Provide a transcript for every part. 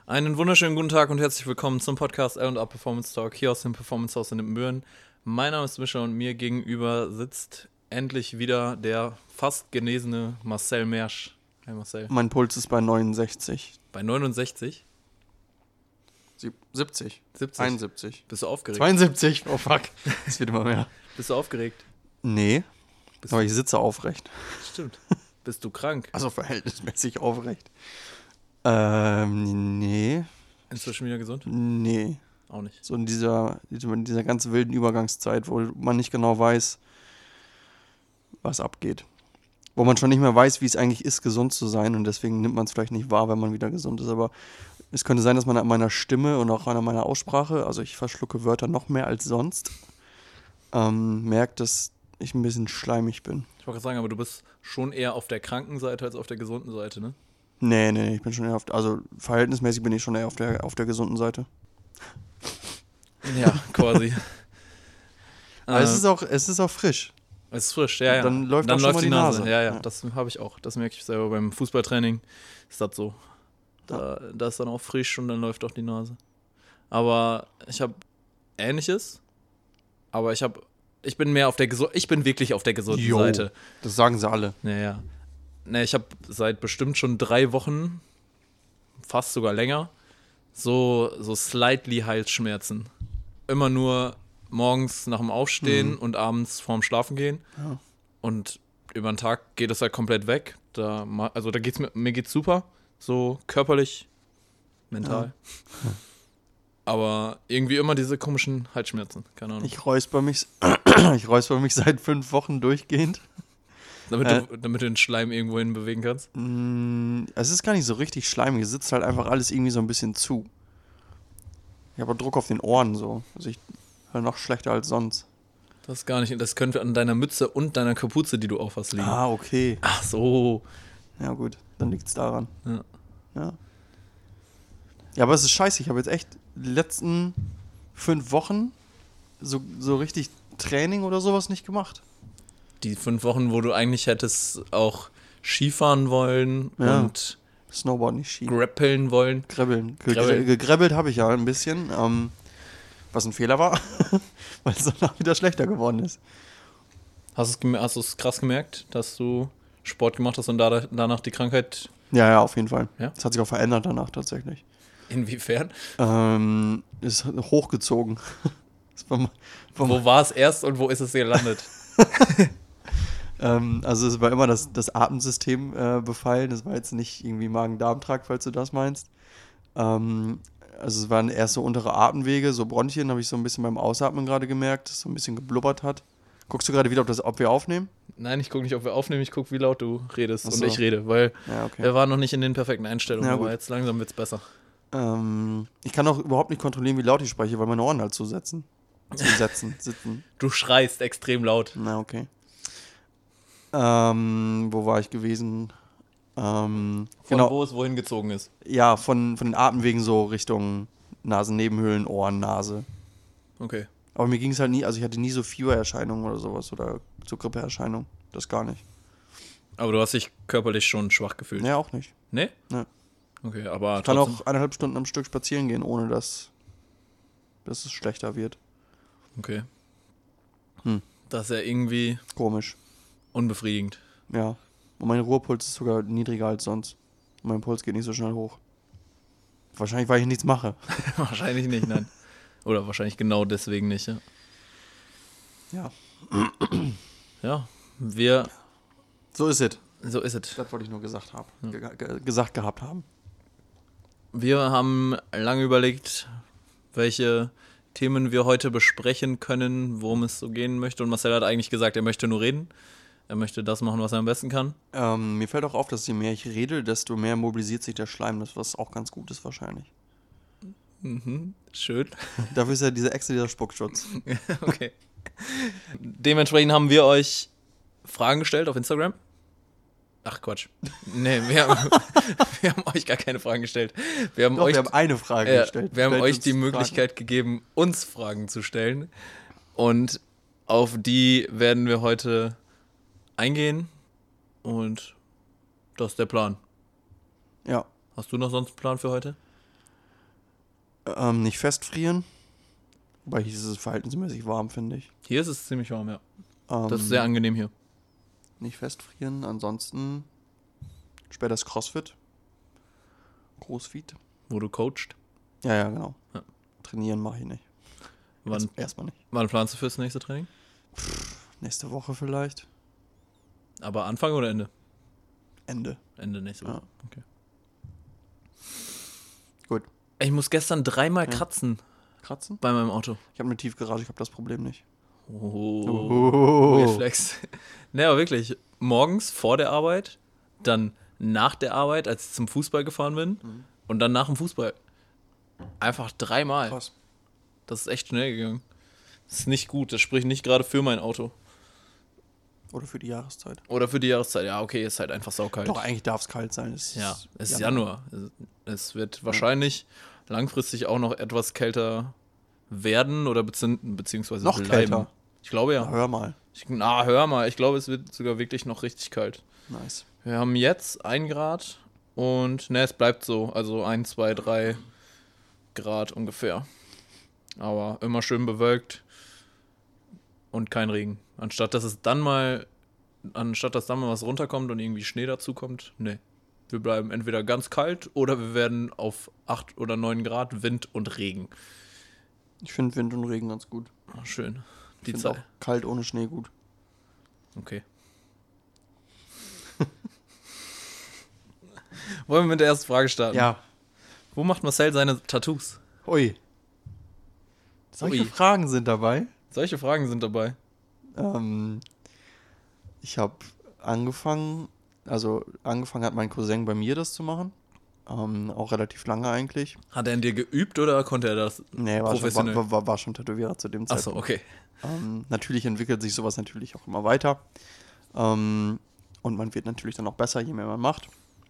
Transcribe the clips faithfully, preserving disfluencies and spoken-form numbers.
Einen wunderschönen guten Tag und herzlich willkommen zum Podcast L und A Performance Talk hier aus dem Performance Haus in Ibbenbüren. Mein Name ist Mischa und mir gegenüber sitzt endlich wieder der fast genesene Marcel Mersch. Hi Marcel. Mein Puls ist bei neunundsechzig. Bei neunundsechzig? Sieb- siebzig. siebzig. einundsiebzig. Bist du aufgeregt? zweiundsiebzig. Oh fuck. Es wird immer mehr. Bist du aufgeregt? Nee, Bist aber du, ich sitze aufrecht. Stimmt. Bist du krank? Also verhältnismäßig aufrecht. Ähm, nee. Inzwischen wieder gesund? Nee. Auch nicht. So in dieser, in dieser ganz wilden Übergangszeit, wo man nicht genau weiß, was abgeht. Wo man schon nicht mehr weiß, wie es eigentlich ist, gesund zu sein, und deswegen nimmt man es vielleicht nicht wahr, wenn man wieder gesund ist. Aber es könnte sein, dass man an meiner Stimme und auch an meiner Aussprache, also ich verschlucke Wörter noch mehr als sonst, ähm, merkt, dass ich ein bisschen schleimig bin. Ich wollte gerade sagen, aber du bist schon eher auf der kranken Seite als auf der gesunden Seite, ne? Nee, nee, ich bin schon eher auf, also verhältnismäßig bin ich schon eher auf der, auf der gesunden Seite. Ja, quasi. Aber äh, es ist auch, es ist auch frisch. Es ist frisch, ja, ja. Dann läuft Dann auch schon läuft mal die die Nase. Nase. Ja, ja, Ja. das habe ich auch. Das merke ich selber beim Fußballtraining. Ist das so. Da, da ist dann auch frisch und dann läuft auch die Nase. Aber ich habe Ähnliches. Aber ich habe, ich bin mehr auf der gesunden, ich bin wirklich auf der gesunden Jo. Seite. Das sagen sie alle. Ja, ja. Ne, ich habe seit bestimmt schon drei Wochen, fast sogar länger, so, so slightly Halsschmerzen. Immer nur morgens nach dem Aufstehen Mhm. und abends vorm Schlafengehen. Ja. Und über den Tag geht das halt komplett weg. Da, ma- also da geht's mir, mir geht's super. So körperlich, mental. Aber irgendwie immer diese komischen Halsschmerzen. Keine Ahnung. Ich räusper mich, ich räusper mich seit fünf Wochen durchgehend. Damit, äh, du, damit du den Schleim irgendwo hin bewegen kannst. Mm, Es ist gar nicht so richtig schleimig, es sitzt halt einfach alles irgendwie so ein bisschen zu. Ich habe auch Druck auf den Ohren so. Also ich höre noch schlechter als sonst. Das ist gar nicht. Das könnte an deiner Mütze und deiner Kapuze, die du aufhast, liegen. Ah, okay. Ach so. Ja gut, dann liegt's daran. Ja. Ja. Ja, aber es ist scheiße. Ich habe jetzt echt die letzten fünf Wochen so, so richtig Training oder sowas nicht gemacht. Die fünf Wochen, wo du eigentlich hättest auch Skifahren wollen Ja. und Snowboard nicht Ski. grappeln wollen. Grebbeln. Ge- Grebbeln. Gegrebbelt habe ich ja ein bisschen. Ähm, was ein Fehler war, weil es danach wieder schlechter geworden ist. Hast du es gem- hast du es krass gemerkt, dass du Sport gemacht hast und da, danach die Krankheit? Ja, ja, auf jeden Fall. Ja? Das hat sich auch verändert danach tatsächlich. Inwiefern? Ähm, ist hochgezogen. Ist vom, vom, Wo war es erst und wo ist es gelandet? ähm, also es war immer das, das Atemsystem äh, befallen. Das war jetzt nicht irgendwie Magen-Darm-Trakt, falls du das meinst. Ähm, also es waren erst so untere Atemwege, so Bronchien, habe ich so ein bisschen beim Ausatmen gerade gemerkt, dass es so ein bisschen geblubbert hat. Guckst du gerade wieder, ob, das, ob wir aufnehmen? Nein, ich gucke nicht, ob wir aufnehmen, ich gucke, wie laut du redest Ach und so. ich rede, weil Ja, okay. wir waren noch nicht in den perfekten Einstellungen, Ja, aber gut. jetzt langsam wird's besser. Ähm, ich kann auch überhaupt nicht kontrollieren, wie laut ich spreche, weil meine Ohren halt zusetzen. Zusetzen, sitzen. Du schreist extrem laut. Na, okay. Ähm, wo war ich gewesen? Ähm, Von genau. wo es wohin gezogen ist. Ja, von, von den Atemwegen so Richtung Nasennebenhöhlen, Ohren, Nase. Okay. Aber mir ging es halt nie, also ich hatte nie so Fiebererscheinungen oder sowas oder so Grippeerscheinungen. Das gar nicht. Aber du hast dich körperlich schon schwach gefühlt. Nee, auch nicht. Nee? Nee. Okay, aber Ich kann trotzdem. auch eineinhalb Stunden am Stück spazieren gehen, ohne dass, dass es schlechter wird. Okay. Hm. Das ist ja irgendwie Komisch. unbefriedigend. Ja. Und mein Ruhepuls ist sogar niedriger als sonst. Und mein Puls geht nicht so schnell hoch. Wahrscheinlich, weil ich nichts mache. Wahrscheinlich nicht, nein. Oder wahrscheinlich genau deswegen nicht, ja. Ja. Ja, wir, So ist es. so ist es. Das wollte ich nur gesagt haben. Ja. Ge ge gesagt gehabt haben. Wir haben lange überlegt, welche Themen wir heute besprechen können, worum es so gehen möchte. Und Marcel hat eigentlich gesagt, er möchte nur reden. Er möchte das machen, was er am besten kann. Ähm, mir fällt auch auf, dass je mehr ich rede, desto mehr mobilisiert sich der Schleim. Das was auch ganz gut ist wahrscheinlich. Mhm, schön. Dafür ist ja diese extra dieser Spuckschutz. Okay. Dementsprechend haben wir euch Fragen gestellt auf Instagram. Ach Quatsch. Nee, wir haben, wir haben euch gar keine Fragen gestellt. Wir haben Doch, euch, wir haben eine Frage äh, gestellt. wir haben Stellt euch uns die Fragen. Möglichkeit gegeben, uns Fragen zu stellen. Und auf die werden wir heute eingehen. Und das ist der Plan. Ja. Hast du noch sonst einen Plan für heute? Ähm, nicht festfrieren. Wobei hier ist es verhältnismäßig warm, finde ich. Hier ist es ziemlich warm, ja. Ähm, Das ist sehr angenehm hier. Nicht festfrieren, ansonsten später das Crossfit. Großfeed. Wo du coachst. Ja, ja, genau. Ja. Trainieren mache ich nicht. Wann, Erst, erstmal nicht. wann planst du fürs nächste Training? Nächste Woche vielleicht. Aber Anfang oder Ende? Ende. Ende nächste Woche. Ja. Okay. Gut. Ich muss gestern dreimal Ja. kratzen Kratzen? bei meinem Auto. Ich habe eine Tiefgarage, ich habe das Problem nicht. Oh. Oh. Weird Flex. Ne, aber wirklich. Morgens vor der Arbeit, dann nach der Arbeit, als ich zum Fußball gefahren bin Mhm. und dann nach dem Fußball. Einfach dreimal. Krass. Das ist echt schnell gegangen. Das ist nicht gut. Das spricht nicht gerade für mein Auto. Oder für die Jahreszeit. Oder für die Jahreszeit. Ja, okay, ist halt einfach saukalt. Doch, eigentlich darf es kalt sein. Es Ja, ist es ist Januar. Es wird wahrscheinlich langfristig auch noch etwas kälter werden oder bezieh- beziehungsweise Noch bleiben. kälter? Ich glaube Na, ja. hör mal. Ich, na, hör mal. Ich glaube, es wird sogar wirklich noch richtig kalt. Nice. Wir haben jetzt ein Grad und ne, es bleibt so. Also ein, zwei, drei Grad ungefähr. Aber immer schön bewölkt und kein Regen. Anstatt dass es dann mal, anstatt dass dann mal was runterkommt und irgendwie Schnee dazukommt, ne. Wir bleiben entweder ganz kalt oder wir werden auf acht oder neun Grad Wind und Regen. Ich finde Wind und Regen ganz gut. Ach, schön. Ich Die finde auch Zeit. kalt ohne Schnee gut. Okay. Wollen wir mit der ersten Frage starten? Ja. Wo macht Marcel seine Tattoos? Ui. Solche Ui. Fragen sind dabei. Solche Fragen sind dabei. Ähm, ich habe angefangen, also angefangen hat mein Cousin bei mir das zu machen. Ähm, auch relativ lange eigentlich. Hat er an dir geübt oder konnte er das Nee, war schon, professionell? war, war, war schon Tätowierer zu dem Zeitpunkt. Achso, okay. Ähm, natürlich entwickelt sich sowas natürlich auch immer weiter. Ähm, und man wird natürlich dann auch besser, je mehr man macht.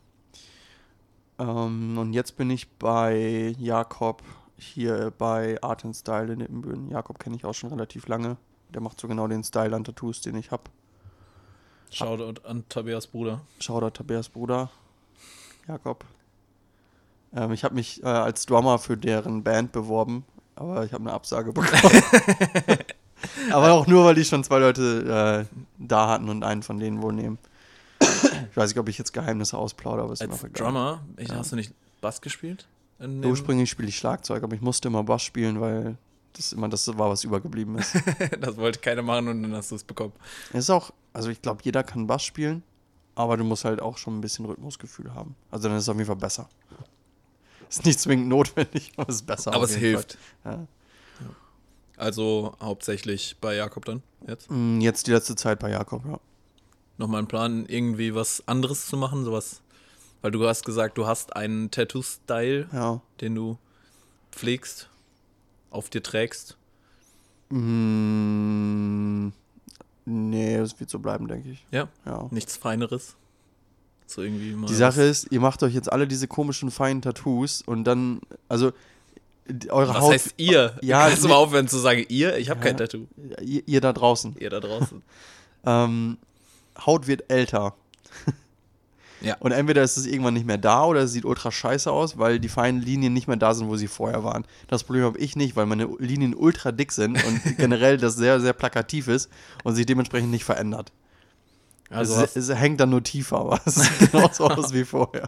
Ähm, und jetzt bin ich bei Jakob hier bei Art and Style in Ippenbüren. Jakob kenne ich auch schon relativ lange. Der macht so genau den Style an Tattoos, den ich habe. Shoutout an Tobias Bruder. Shoutout Tobias Bruder, Jakob. Ähm, ich habe mich äh, als Drummer für deren Band beworben, aber ich habe eine Absage bekommen. Aber auch nur, weil die schon zwei Leute äh, da hatten und einen von denen wohl nehmen. Ich weiß nicht, ob ich jetzt Geheimnisse ausplaudere, aber ist mir Als auch egal. Drummer, ich, Ja. hast du nicht Bass gespielt? In dem- Ursprünglich spiele ich Schlagzeug, aber ich musste immer Bass spielen, weil das immer das war, was übergeblieben ist. Das wollte keiner machen und dann hast du es bekommen. Es ist auch, also ich glaube, jeder kann Bass spielen, aber du musst halt auch schon ein bisschen Rhythmusgefühl haben. Also dann ist es auf jeden Fall besser. Ist nicht zwingend notwendig, aber es ist besser. Aber auf es jeden hilft. Fall. Ja. Also hauptsächlich bei Jakob dann jetzt. Mm, Jetzt die letzte Zeit bei Jakob, ja. Nochmal einen Plan, irgendwie was anderes zu machen, sowas. Weil du hast gesagt, du hast einen Tattoo-Style, Ja. den du pflegst, auf dir trägst. Mm, nee, das wird so bleiben, denke ich. Ja, Ja. nichts Feineres. So irgendwie mal. Die Sache ist, ihr macht euch jetzt alle diese komischen feinen Tattoos und dann, also die- eure was Haut, heißt ihr? Ja, Kannst du mal aufhören zu sagen, ihr? Ich habe Ja. kein Tattoo. ihr, ihr da draußen, Ihr da draußen. ähm, Haut wird älter. Ja. Und entweder ist es irgendwann nicht mehr da oder es sieht ultra scheiße aus, weil die feinen Linien nicht mehr da sind, wo sie vorher waren. Das Problem habe ich nicht, weil meine Linien ultra dick sind und generell das sehr, sehr plakativ ist und sich dementsprechend nicht verändert. Also es, hast, es hängt dann nur tiefer, aber es sieht genauso aus wie vorher.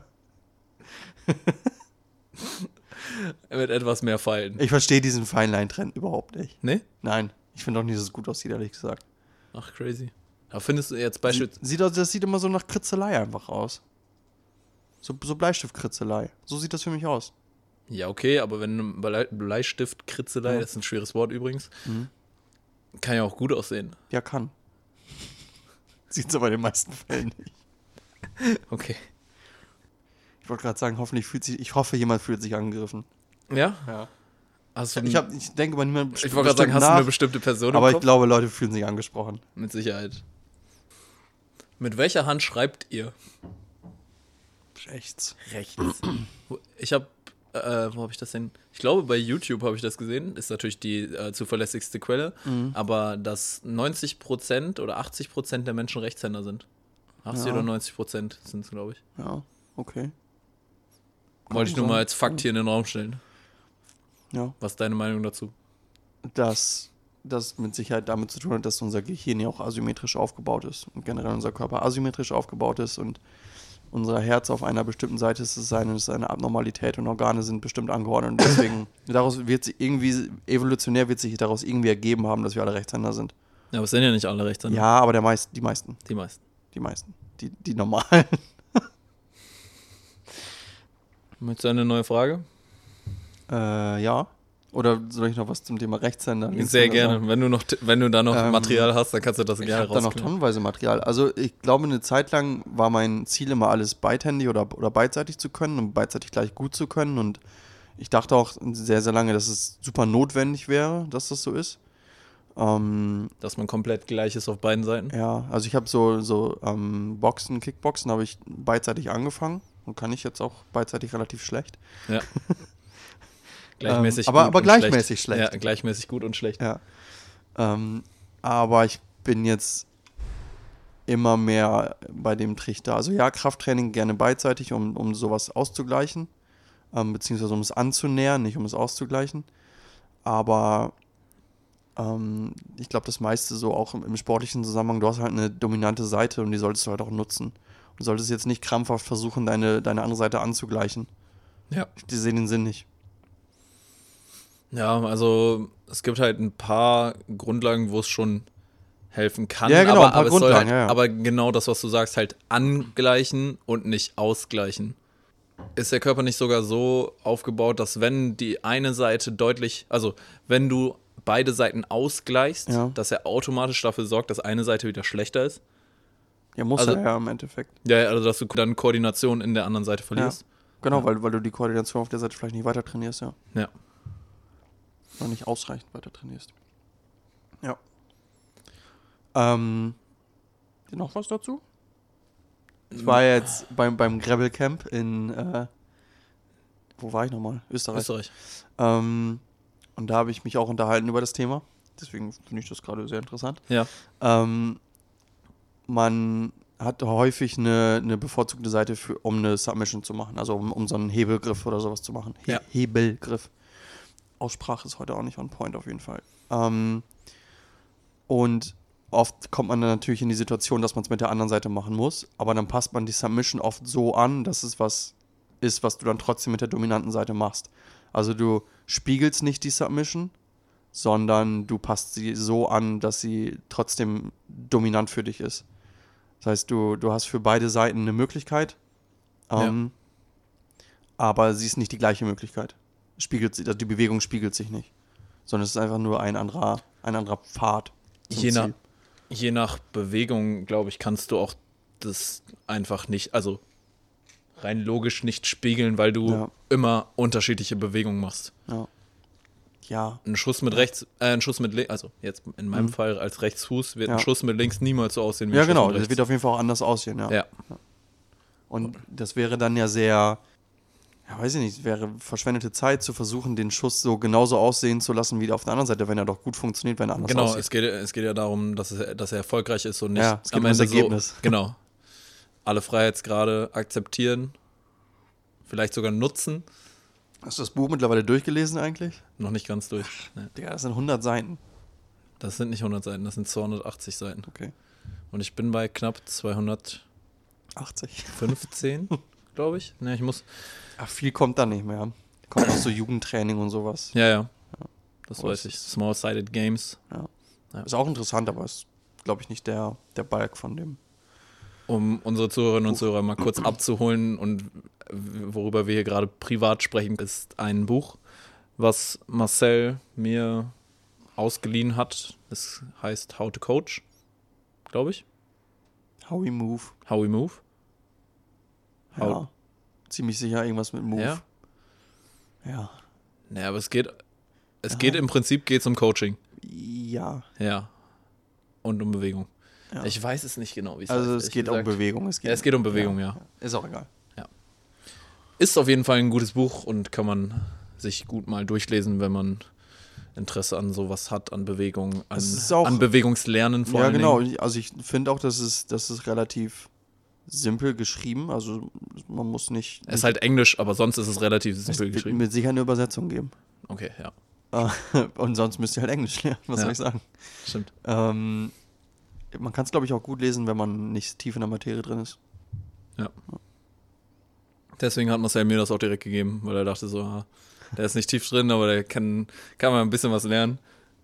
mit etwas mehr Falten. Ich verstehe diesen Feinline-Trend überhaupt nicht. Nee? Nein, ich finde auch nicht, dass es gut aussieht, ehrlich gesagt. Ach, crazy. Aber findest du jetzt Sie, beispielsweise. sieht, aus- das sieht immer so nach Kritzelei einfach aus. So, so Bleistiftkritzelei. So sieht das für mich aus. Ja, okay, aber wenn Blei- Bleistift, Kritzelei, Ja. das ist ein schweres Wort übrigens, Mhm. kann ja auch gut aussehen. Ja, kann. Sieht es aber in den meisten Fällen nicht. Okay. Ich wollte gerade sagen, hoffentlich fühlt sich, ich hoffe, jemand fühlt sich angegriffen. Ja? Ja. Hast du, Ich, hab, ich denke über niemanden ich wollte gerade sagen, hast du eine bestimmte Person im aber ich Kopf? glaube, Leute fühlen sich angesprochen. Mit Sicherheit. Mit welcher Hand schreibt ihr? Rechts. Rechts. Ich habe, äh, wo habe ich das denn? Ich glaube, bei YouTube habe ich das gesehen. Ist natürlich die äh, zuverlässigste Quelle. Mhm. Aber dass neunzig Prozent oder achtzig Prozent der Menschen Rechtshänder sind. achtzig Ja. oder neunzig Prozent sind es, glaube ich. Ja, okay. Wollte ich nur sein. mal als Fakt hier in den Raum stellen. Ja. Was ist deine Meinung dazu? Dass das mit Sicherheit damit zu tun hat, dass unser Gehirn ja auch asymmetrisch aufgebaut ist und generell unser Körper asymmetrisch aufgebaut ist und unser Herz auf einer bestimmten Seite ist es eine, ist eine Abnormalität und Organe sind bestimmt angeordnet und deswegen daraus wird sich irgendwie, evolutionär wird sich daraus irgendwie ergeben haben, dass wir alle Rechtshänder sind. Ja, aber es sind ja nicht alle Rechtshänder. Ja, aber der meist, die meisten. Die meisten. Die meisten. Die, die normalen. Möchtest du eine neue Frage? Äh, ja. Oder soll ich noch was zum Thema Rechtshänder? Sehr gerne. Sagen? Wenn du noch, wenn du da noch Ähm, Material hast, dann kannst du das Ich gerne habe da noch rauskriegen. tonnenweise Material. Also ich glaube, eine Zeit lang war mein Ziel immer alles beidhändig oder, oder beidseitig zu können und beidseitig gleich gut zu können. Und ich dachte auch sehr, sehr lange, dass es super notwendig wäre, dass das so ist. Ähm, Dass man komplett gleich ist auf beiden Seiten. ja, also ich habe so, so ähm, Boxen, Kickboxen habe ich beidseitig angefangen und kann ich jetzt auch beidseitig relativ schlecht. Ja. Gleichmäßig Ähm, aber- gut aber und gleichmäßig schlecht. Ja, gleichmäßig gut und schlecht. Ja. Ähm, aber ich bin jetzt immer mehr bei dem Trichter. Also ja, Krafttraining gerne beidseitig, um, um sowas auszugleichen, ähm, beziehungsweise um es anzunähern, nicht um es auszugleichen. Aber ähm, ich glaube, das meiste so auch im, im sportlichen Zusammenhang, du hast halt eine dominante Seite und die solltest du halt auch nutzen. Du solltest jetzt nicht krampfhaft versuchen, deine, deine andere Seite anzugleichen. Ja. Die sehen den Sinn nicht. Ja, also es gibt halt ein paar Grundlagen, wo es schon helfen kann. Ja, genau, aber, ein paar aber, es soll Grundlagen, halt, ja, ja. aber genau das, was du sagst, halt angleichen und nicht ausgleichen. Ist der Körper nicht sogar so aufgebaut, dass wenn die eine Seite deutlich, also wenn du beide Seiten ausgleichst, Ja. dass er automatisch dafür sorgt, dass eine Seite wieder schlechter ist? Ja, muss Also- er ja im Endeffekt. Ja, also dass du dann Koordination in der anderen Seite verlierst. Genau, Ja. weil, weil du die Koordination auf der Seite vielleicht nicht weiter trainierst, ja. Ja. Noch nicht ausreichend weiter trainierst. Ja. Ähm, noch was dazu? Ich war jetzt beim, beim Gravel Camp in, äh, wo war ich nochmal? Österreich. Österreich. Ähm, und da habe ich mich auch unterhalten über das Thema. Deswegen finde ich das gerade sehr interessant. Ja. Ähm, man hat häufig eine, eine bevorzugte Seite, für, um eine Submission zu machen. Also um, um so einen Hebelgriff oder sowas zu machen. He Ja. Hebelgriff. Aussprache ist heute auch nicht on point auf jeden Fall. Ähm, und oft kommt man dann natürlich in die Situation, dass man es mit der anderen Seite machen muss, aber dann passt man die Submission oft so an, dass es was ist, was du dann trotzdem mit der dominanten Seite machst. Also du spiegelst nicht die Submission, sondern du passt sie so an, dass sie trotzdem dominant für dich ist. Das heißt, du, du hast für beide Seiten eine Möglichkeit, ähm, aber sie ist nicht die gleiche Möglichkeit. Spiegelt sie, also die Bewegung spiegelt sich nicht, sondern es ist einfach nur ein anderer, ein anderer Pfad zum Je nach, Ziel. je nach Bewegung, glaube ich, kannst du auch das einfach nicht, also rein logisch nicht spiegeln, weil du Ja. immer unterschiedliche Bewegungen machst. Ja. Ja, Ein Schuss mit rechts, äh, ein Schuss mit links, also jetzt in meinem Mhm. Fall als Rechtsfuß wird Ja. ein Schuss mit links niemals so aussehen wie ja ein Schuss genau, mit das rechts. wird auf jeden Fall auch anders aussehen, ja. Ja. Und das wäre dann ja sehr, ja weiß ich nicht, wäre verschwendete Zeit zu versuchen, den Schuss so genauso aussehen zu lassen wie auf der anderen Seite, wenn er doch gut funktioniert, wenn er anders Genau, aussieht. es geht, es geht ja darum, dass, es, dass er erfolgreich ist und nicht Ja, es geht am um das Ende Ergebnis. so. Genau. Alle Freiheitsgrade akzeptieren, vielleicht sogar nutzen. Hast du das Buch mittlerweile durchgelesen eigentlich? Noch nicht ganz durch. Nee. Digga, das sind hundert Seiten. Das sind nicht hundert Seiten, das sind zweihundertachtzig Seiten. Okay. Und ich bin bei knapp zweihundertfünfzehn, achtzig. glaube ich. Ne, ich muss. Ach, viel kommt da nicht mehr. Kommt auch so Jugendtraining und sowas. Ja, ja. Das Aber weiß es ich. ist- Small-sided Games. Ja. Ist auch interessant, aber ist, glaube ich, nicht der, der Balk von dem. Um unsere Zuhörerinnen und Zuhörer mal kurz abzuholen und worüber wir hier gerade privat sprechen, ist ein Buch, was Marcel mir ausgeliehen hat. Es heißt How to Coach, glaube ich. How we move. How we move. Ja. How- Ziemlich sicher irgendwas mit Move. Ja. Ja. Naja, aber es geht, es Ja. geht im Prinzip geht's um Coaching. Ja. Ja. Und um Bewegung. Ja. Ich weiß es nicht genau, wie es Also heißt. es ehrlich geht um gesagt. Bewegung. Es geht, Ja, es geht um Bewegung, ja. Ist auch egal. Ist auf jeden Fall ein gutes Buch und kann man sich gut mal durchlesen, wenn man Interesse an sowas hat, an Bewegung, an, Es ist auch- an Bewegungslernen vor Ja, allen genau. Dingen. Also ich finde auch, dass es, das ist relativ simpel geschrieben. Also man muss nicht. Es ist halt Englisch, aber sonst ist es relativ es simpel wird geschrieben. mit Sicherheit eine Übersetzung geben. Okay, ja. Und sonst müsst ihr halt Englisch lernen, was Ja. soll ich sagen? Stimmt. Ähm, man kann es, glaube ich, auch gut lesen, wenn man nicht tief in der Materie drin ist. Deswegen hat Marcel mir das auch direkt gegeben, weil er dachte so, ah, der ist nicht tief drin, aber der kann, kann mal ein bisschen was lernen.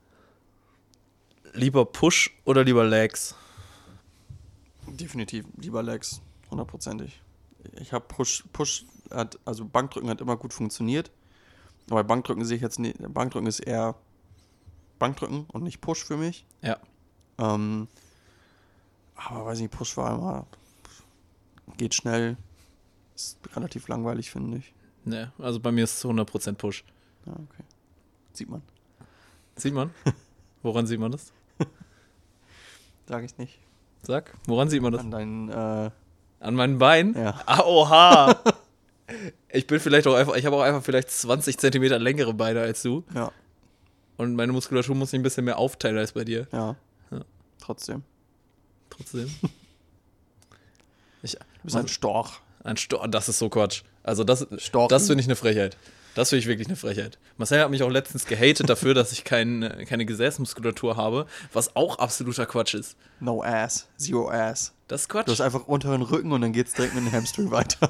Lieber Push oder lieber Legs? Definitiv lieber Legs, hundertprozentig. Ich habe Push, Push hat, also Bankdrücken hat immer gut funktioniert. Aber Bankdrücken sehe ich jetzt nicht, Bankdrücken ist eher Bankdrücken und nicht Push für mich. Ja. Ähm, aber weiß nicht, Push war immer, geht schnell, ist relativ langweilig, finde ich. Ne, also bei mir ist es hundert Prozent Push. Ja, okay. Sieht man. Sieht man? Woran sieht man das? Sag ich nicht. Sag, woran sieht man das? An deinen, äh, An meinen Beinen? ja. Ah, oha! Ich bin vielleicht auch einfach, ich habe auch einfach vielleicht zwanzig Zentimeter längere Beine als du. Ja, Und meine Muskulatur muss sich ein bisschen mehr aufteilen als bei dir. ja. Ja. Trotzdem. Trotzdem. Ich, Du bist ein Storch. ein Storch, das ist so Quatsch. Also das, Storchen. das finde ich eine Frechheit. Das finde ich wirklich eine Frechheit. Marcel hat mich auch letztens gehatet dafür, dass ich kein, keine Gesäßmuskulatur habe, was auch absoluter Quatsch ist. No ass. Zero ass. Das ist Quatsch. Du hast einfach unteren Rücken und dann geht's direkt mit dem Hamstring weiter.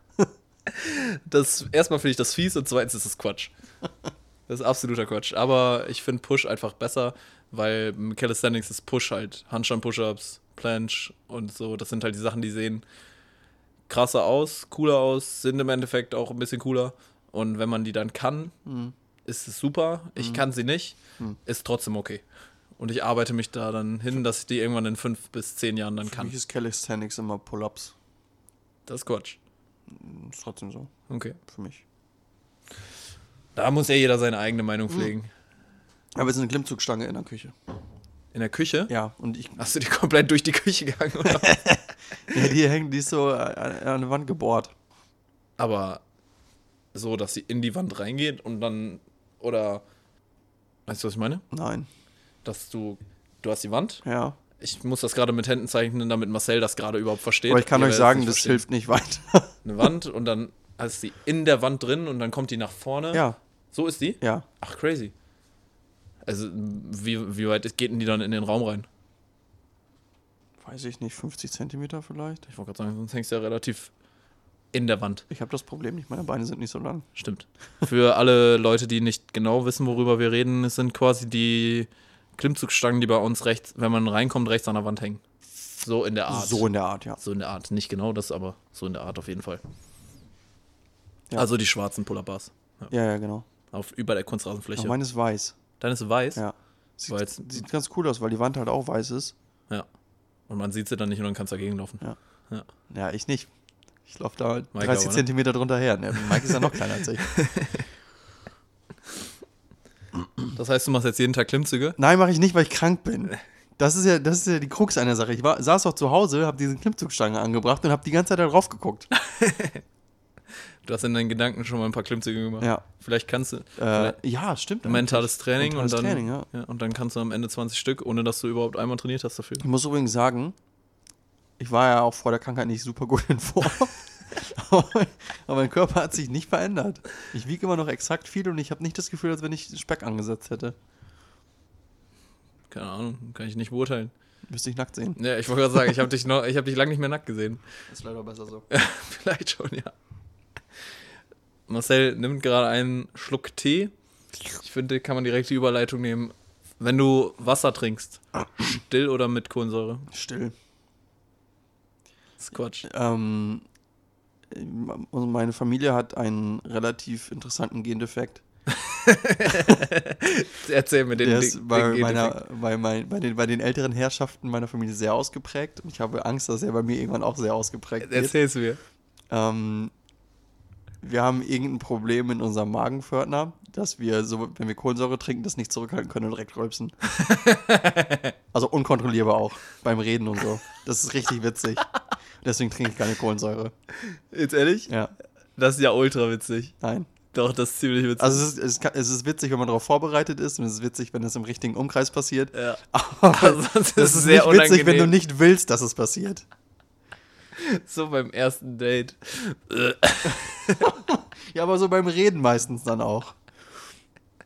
Das, erstmal finde ich das fies und zweitens ist es Quatsch. Das ist absoluter Quatsch. Aber ich finde Push einfach besser, weil im Calisthenics ist Push halt. Handstand-Push-Ups, Planche und so. Das sind halt die Sachen, die sehen krasser aus, cooler aus, sind im Endeffekt auch ein bisschen cooler. Und wenn man die dann kann, Mhm. ist es super. Ich Mhm. kann sie nicht, Mhm. ist trotzdem okay. Und ich arbeite mich da dann hin, dass ich die irgendwann in fünf bis zehn Jahren dann Für kann. mich ist Calisthenics immer Pull-Ups. Das ist Quatsch. Ist trotzdem so. Okay. Für mich. Da muss ja jeder seine eigene Meinung pflegen. Aber es ist eine Klimmzugstange in der Küche. In der Küche? Ja, und ich. Hast du die komplett durch die Küche gegangen, oder? Ja, die hängt, die ist so an, an der Wand gebohrt. Aber so, dass sie in die Wand reingeht und dann, oder, weißt du, was ich meine? Nein. Dass du, du hast die Wand. Ja. Ich muss das gerade mit Händen zeichnen, damit Marcel das gerade überhaupt versteht. Aber ich kann Ihr euch werdet sagen, es nicht das verstehen. hilft nicht weiter. Eine Wand und dann ist sie in der Wand drin und dann kommt die nach vorne. Ja, So ist die? ja. Ach, crazy. Also, wie, wie weit geht denn die dann in den Raum rein? Weiß ich nicht, fünfzig Zentimeter vielleicht. Ich wollte gerade sagen, sonst hängst du ja relativ in der Wand. Ich habe das Problem nicht, meine Beine sind nicht so lang. Stimmt. Für alle Leute, die nicht genau wissen, worüber wir reden, es sind quasi die Klimmzugstangen, die bei uns rechts, wenn man reinkommt, rechts an der Wand hängen. So in der Art. So in der Art, ja. So in der Art. Nicht genau das, aber so in der Art auf jeden Fall. Ja. Also die schwarzen Pull-Up-Bars. Ja, ja, genau. Auf, über der Aber Kunstrasenfläche. meine ist weiß. Dann ist sie weiß. Ja. Sieht, Weil's- sieht ganz cool aus, weil die Wand halt auch weiß ist. Und man sieht sie dann nicht und dann kannst du dagegen laufen. Ja, ich nicht. Ich laufe da Mike dreißig aber, ne? Zentimeter drunter her. Ne, Mike ist ja noch kleiner als ich. Das heißt, du machst jetzt jeden Tag Klimmzüge? Nein, mache ich nicht, weil ich krank bin. Das ist ja, das ist ja die Krux einer Sache. Ich war, saß auch zu Hause, habe diese Klimmzugstange angebracht und habe die ganze Zeit da drauf geguckt. Du hast in deinen Gedanken schon mal ein paar Klimmzüge gemacht. Ja, Vielleicht kannst du äh, ja, stimmt. eigentlich. mentales Training Mentales und dann Training, ja. ja, und dann kannst du am Ende zwanzig Stück, ohne dass du überhaupt einmal trainiert hast dafür. Ich muss übrigens sagen, ich war ja auch vor der Krankheit nicht super gut in Form. aber, aber mein Körper hat sich nicht verändert. Ich wiege immer noch exakt viel und ich habe nicht das Gefühl, als wenn ich Speck angesetzt hätte. Keine Ahnung, kann ich nicht beurteilen. Müsste ich nackt sehen. Ja, ich wollte gerade sagen, ich habe dich noch, ich habe dich lange nicht mehr nackt gesehen. Ist leider besser so. Vielleicht schon, ja. Marcel nimmt gerade einen Schluck Tee. Ich finde, kann man direkt die Überleitung nehmen. Wenn du Wasser trinkst, still oder mit Kohlensäure? Still. Das ist Quatsch. Ähm, und meine Familie hat einen relativ interessanten Gendefekt. Erzähl mir den Der Ding- ist bei, den meiner, bei, mein, bei, den, bei den älteren Herrschaften meiner Familie sehr ausgeprägt. Und ich habe Angst, dass er bei mir irgendwann auch sehr ausgeprägt wird. Erzähl's mir. Ähm, wir haben irgendein Problem in unserem Magenpförtner, dass wir, so, wenn wir Kohlensäure trinken, das nicht zurückhalten können und direkt rülpsen. Also unkontrollierbar auch, beim Reden und so. Das ist richtig witzig. Deswegen trinke ich keine Kohlensäure. Jetzt ehrlich? Ja, Das ist ja ultra witzig. nein. Doch, das ist ziemlich witzig. Also es ist, es, kann, es ist witzig, wenn man darauf vorbereitet ist und es ist witzig, wenn es im richtigen Umkreis passiert. ja. Aber Aber sonst ist es es ist sehr nicht witzig, wenn du unangenehm. nicht willst, dass es passiert. So beim ersten Date. Ja, aber so beim Reden meistens dann auch.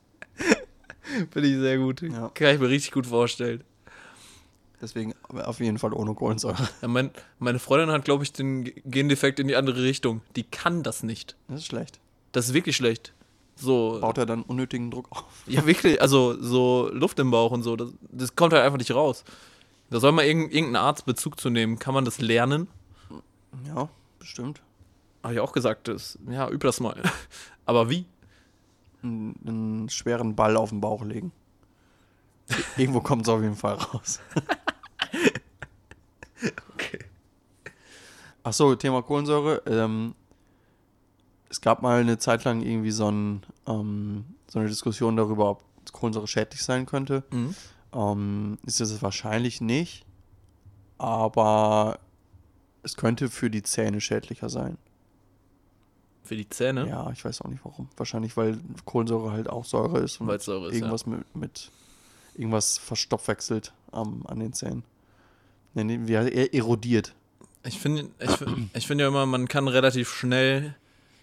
Finde ich sehr gut. Ja. Kann ich mir richtig gut vorstellen. Deswegen auf jeden Fall ohne Kohlensäure. Ja, mein, meine Freundin hat, glaube ich, den Gendefekt in die andere Richtung. Die kann das nicht. Das ist schlecht. Das ist wirklich schlecht. So. Baut er dann unnötigen Druck auf. Ja, wirklich. Also so Luft im Bauch und so. Das, das kommt halt einfach nicht raus. Da soll mal irgendein, irgendein Arzt Bezug zu nehmen. Kann man das lernen? Ja, bestimmt. Habe ich auch gesagt. Das, ja, üb das mal. Aber wie? Einen, einen schweren Ball auf den Bauch legen. Irgendwo kommt es auf jeden Fall raus. Okay. Achso, Thema Kohlensäure. Ähm, es gab mal eine Zeit lang irgendwie so, ein, ähm, so eine Diskussion darüber, ob Kohlensäure schädlich sein könnte. Mhm. Ähm, ist es wahrscheinlich nicht, aber es könnte für die Zähne schädlicher sein. Für die Zähne? Ja, ich weiß auch nicht warum. Wahrscheinlich, weil Kohlensäure halt auch Säure ist und Weil es Säure ist, irgendwas mit, mit irgendwas verstoffwechselt ähm, an den Zähnen. Nee, nee, wie heißt- er erodiert. Ich finde ich, find- ich find ja immer, man kann relativ schnell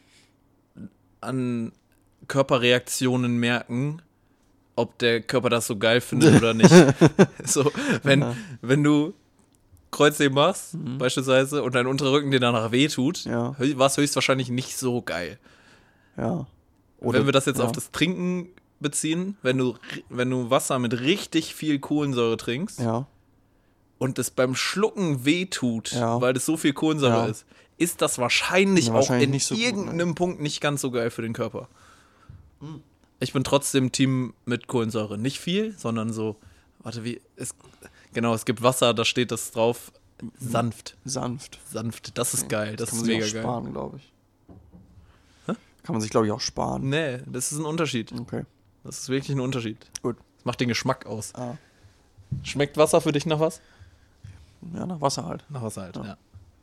an Körperreaktionen merken, ob der Körper das so geil findet oder nicht. So, wenn, Ja. wenn du Kreuzheben machst, Mhm. beispielsweise, und dein unterer Rücken dir danach wehtut, Ja. war es höchstwahrscheinlich nicht so geil. Ja. Wenn wir das jetzt ja. auf das Trinken beziehen, wenn du, ri- wenn du Wasser mit richtig viel Kohlensäure trinkst Ja. und es beim Schlucken wehtut, Ja. weil das so viel Kohlensäure Ja. ist, ist das wahrscheinlich Ja, auch wahrscheinlich in nicht so gut, ne? irgendeinem Punkt nicht ganz so geil für den Körper. Ich bin trotzdem Team mit Kohlensäure. Nicht viel, sondern so, warte, wie, es, genau, es gibt Wasser, da steht das drauf, sanft, Sanft. sanft, das ist geil, das, kann ist man sich mega auch geil. sparen, glaube ich. Kann man sich, glaube ich, auch sparen. Nee, das ist ein Unterschied. Okay. Das ist wirklich ein Unterschied. Gut. Das macht den Geschmack aus. Ah. Schmeckt Wasser für dich nach was? Ja, nach Wasser halt. Nach Wasser halt, Ja. ja.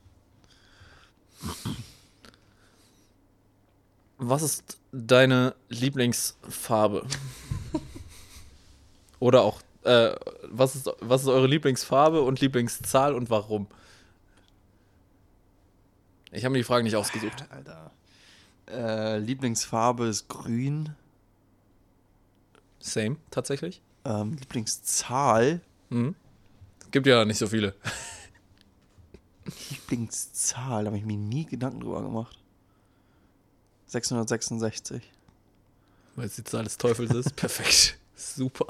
Was ist deine Lieblingsfarbe? Oder auch, äh, was ist, was ist eure Lieblingsfarbe und Lieblingszahl und warum? Ich habe mir die Frage nicht ausgesucht. Alter. Äh, Lieblingsfarbe ist grün. Same, tatsächlich. Ähm, Lieblingszahl. Mhm. Es gibt ja nicht so viele. Lieblingszahl, da habe ich mir nie Gedanken drüber gemacht. sechshundertsechsundsechzig. Weil es die Zahl des Teufels ist. Perfekt. Super.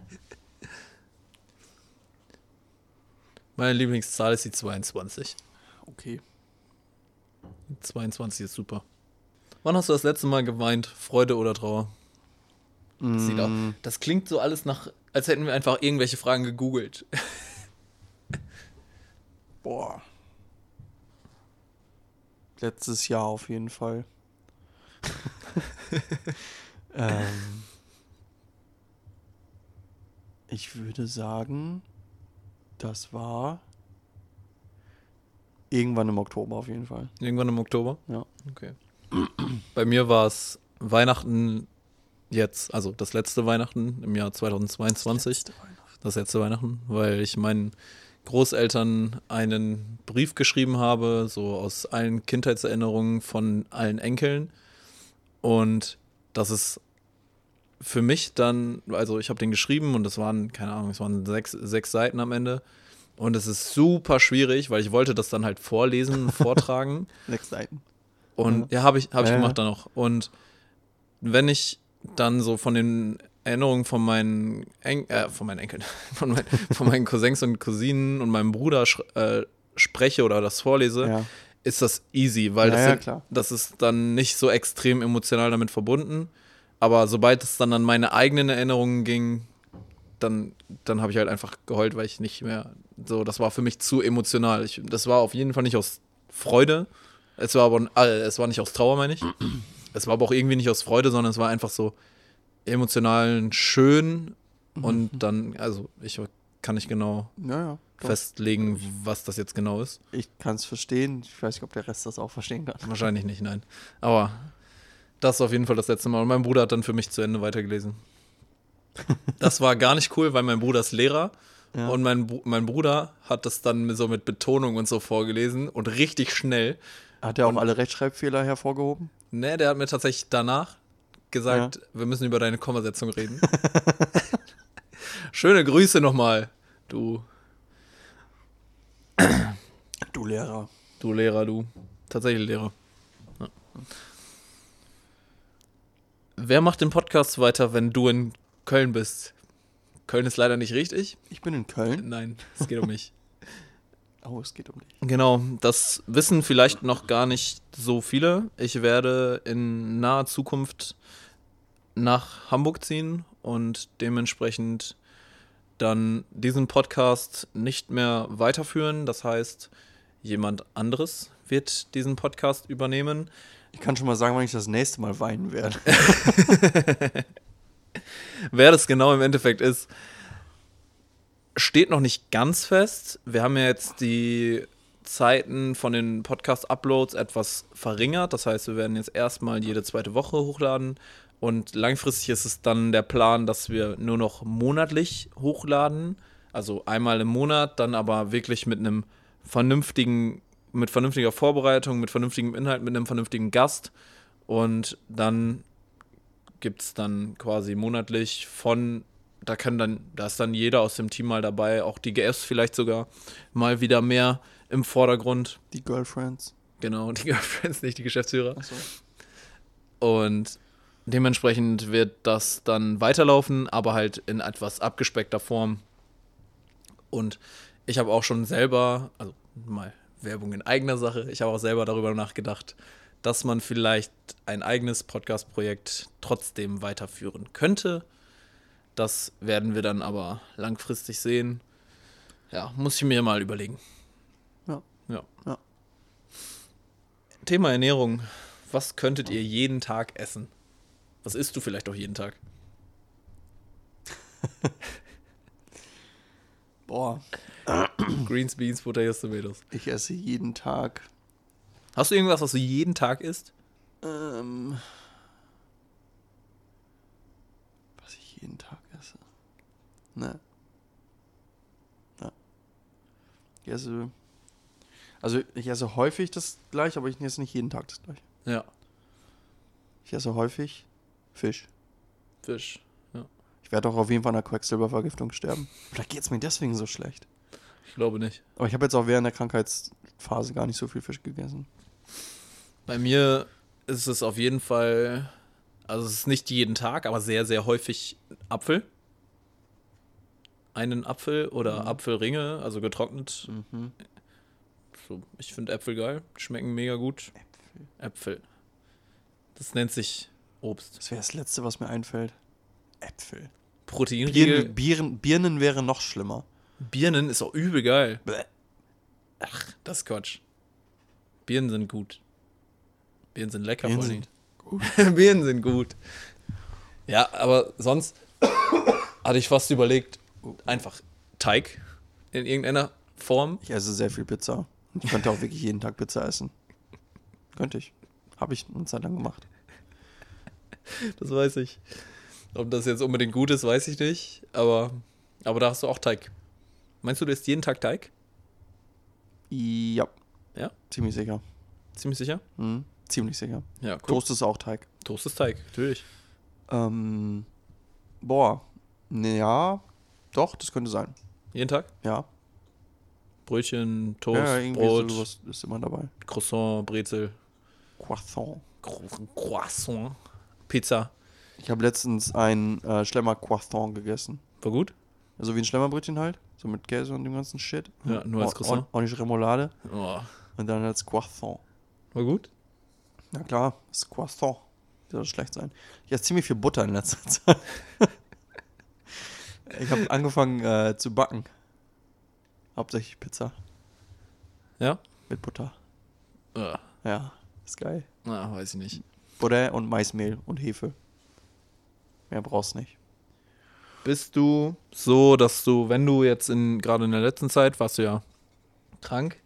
Meine Lieblingszahl ist die zweiundzwanzig. Okay. zweiundzwanzig ist super. Wann hast du das letzte Mal geweint? Freude oder Trauer? Das, sieht auch, Mm, das klingt so alles nach, als hätten wir einfach irgendwelche Fragen gegoogelt. boah. Letztes Jahr auf jeden Fall. ähm, ich würde sagen, das war irgendwann im Oktober auf jeden Fall. Irgendwann im Oktober? Ja. Okay. Bei mir war es Weihnachten jetzt, also das letzte Weihnachten im Jahr zweitausendzweiundzwanzig. Das letzte Weihnachten, weil ich meinen Großeltern einen Brief geschrieben habe, so aus allen Kindheitserinnerungen von allen Enkeln. Und das ist für mich dann, also ich habe den geschrieben und das waren, keine Ahnung, es waren sechs, sechs Seiten am Ende. Und es ist super schwierig, weil ich wollte das dann halt vorlesen, vortragen. Sechs Seiten. Und ja, habe ich, hab ich Ja, ja. gemacht dann noch. Und wenn ich dann so von den Erinnerungen von meinen, En äh, von meinen Enkeln, von, mein, von meinen Cousins und Cousinen und meinem Bruder äh, spreche oder das vorlese, Ja. ist das easy, weil Ja, das, ja, sind, klar. das ist dann nicht so extrem emotional damit verbunden. Aber sobald es dann an meine eigenen Erinnerungen ging, dann, dann habe ich halt einfach geheult, weil ich nicht mehr, so, das war für mich zu emotional. Ich, das war auf jeden Fall nicht aus Freude. Es war aber, äh, es war nicht aus Trauer, meine ich. Es war aber auch irgendwie nicht aus Freude, sondern es war einfach so emotional schön. Und dann, also ich kann nicht genau Ja, ja. Doch. festlegen, was das jetzt genau ist. Ich kann es verstehen. Ich weiß nicht, ob der Rest das auch verstehen kann. Wahrscheinlich nicht, nein. Aber das ist auf jeden Fall das letzte Mal. Und mein Bruder hat dann für mich zu Ende weitergelesen. Das war gar nicht cool, weil mein Bruder ist Lehrer. Ja. Und mein, Br- mein Bruder hat das dann so mit Betonung und so vorgelesen und richtig schnell. Hat er auch alle Rechtschreibfehler hervorgehoben? Ne, der hat mir tatsächlich danach gesagt, ja. wir müssen über deine Kommasetzung reden. Schöne Grüße nochmal, du. Du Lehrer. Du Lehrer, du. Tatsächlich Lehrer. Ja. Wer macht den Podcast weiter, wenn du in Köln bist? Köln ist leider nicht richtig. Ich bin in Köln. Nein, es geht um mich. Oh, es geht um dich. Genau, das wissen vielleicht noch gar nicht so viele. Ich werde in naher Zukunft nach Hamburg ziehen und dementsprechend dann diesen Podcast nicht mehr weiterführen. Das heißt, jemand anderes wird diesen Podcast übernehmen. Ich kann schon mal sagen, wann ich das nächste Mal weinen werde. Wer das genau im Endeffekt ist, steht noch nicht ganz fest. Wir haben ja jetzt die Zeiten von den Podcast-Uploads etwas verringert. Das heißt, wir werden jetzt erstmal jede zweite Woche hochladen. Und langfristig ist es dann der Plan, dass wir nur noch monatlich hochladen. Also einmal im Monat, dann aber wirklich mit einem vernünftigen, mit vernünftiger Vorbereitung, mit vernünftigem Inhalt, mit einem vernünftigen Gast. Und dann gibt es dann quasi monatlich von, da kann dann, da ist dann jeder aus dem Team mal dabei, auch die G Fs vielleicht sogar mal wieder mehr im Vordergrund. Die Girlfriends. Genau, die Girlfriends, nicht die Geschäftsführer. Ach so. Und dementsprechend wird das dann weiterlaufen, aber halt in etwas abgespeckter Form. Und ich habe auch schon selber, also mal Werbung in eigener Sache, ich habe auch selber darüber nachgedacht, dass man vielleicht ein eigenes Podcast-Projekt trotzdem weiterführen könnte. Das werden wir dann aber langfristig sehen. Ja, muss ich mir mal überlegen. Ja. Ja. ja. Thema Ernährung. Was könntet ihr jeden Tag essen? Was isst du vielleicht auch jeden Tag? Boah. Greens, Beans, Potatoes, Tomatoes. Ich esse jeden Tag. Hast du irgendwas, was du jeden Tag isst? Ähm, was ich jeden Tag esse? Ne. Ja. Ich esse. Also ich esse häufig das gleiche, aber ich esse nicht jeden Tag das gleiche. Ja. Ich esse häufig Fisch. Fisch, ja. Ich werde auch auf jeden Fall an einer Quecksilbervergiftung sterben. Vielleicht geht es mir deswegen so schlecht. Ich glaube nicht. Aber ich habe jetzt auch während der Krankheitsphase gar nicht so viel Fisch gegessen. Bei mir ist es auf jeden Fall, also es ist nicht jeden Tag, aber sehr, sehr häufig Apfel. Einen Apfel oder Mhm. Apfelringe, also getrocknet. Mhm. So, ich finde Äpfel geil, schmecken mega gut. Äpfel. Äpfel. Das nennt sich Obst. Das wäre das Letzte, was mir einfällt. Äpfel. Proteinriegel. Birnen, Birnen, Birnen wäre noch schlimmer. Birnen ist auch übel geil. Bäh. Ach, das ist Quatsch. Birnen sind gut. Birnen sind lecker, Birnen vor allem. sind gut. Birnen sind gut. Ja, aber sonst hatte ich fast überlegt, einfach Teig in irgendeiner Form. Ich esse sehr viel Pizza. Ich könnte auch wirklich jeden Tag Pizza essen. Könnte ich. Habe ich eine Zeit lang gemacht. Das weiß ich. Ob das jetzt unbedingt gut ist, weiß ich nicht. Aber, aber da hast du auch Teig. Meinst du, du isst jeden Tag Teig? Ja. Ja? Ziemlich sicher. Ziemlich sicher? Mhm. Ziemlich sicher. Ja, cool. Toast ist auch Teig. Toast ist Teig, natürlich. Ähm, boah. Ne, ja. Doch, das könnte sein. Jeden Tag? Ja. Brötchen, Toast, ja, irgendwie Brot, sowas ist immer dabei. Croissant, Brezel, Croissant. Cro- Croissant, Pizza. Ich habe letztens ein äh, Schlemmer Croissant gegessen. War gut? Also wie ein Schlemmerbrötchen halt. So mit Käse und dem ganzen Shit. Ja, nur als Or- Croissant. or- Ordentlich Remoulade. Oh. Und dann als Croissant. War gut? Na klar, das ist Croissant. Soll das schlecht sein. Ich esse ziemlich viel Butter in letzter Zeit. Ich habe angefangen äh, zu backen. Hauptsächlich Pizza Ja? mit Butter. Uh. Ja, ist geil. Na, weiß ich nicht. Butter und Maismehl und Hefe. Mehr brauchst nicht. Bist du so, dass du, wenn du jetzt in, gerade in der letzten Zeit, warst du ja krank,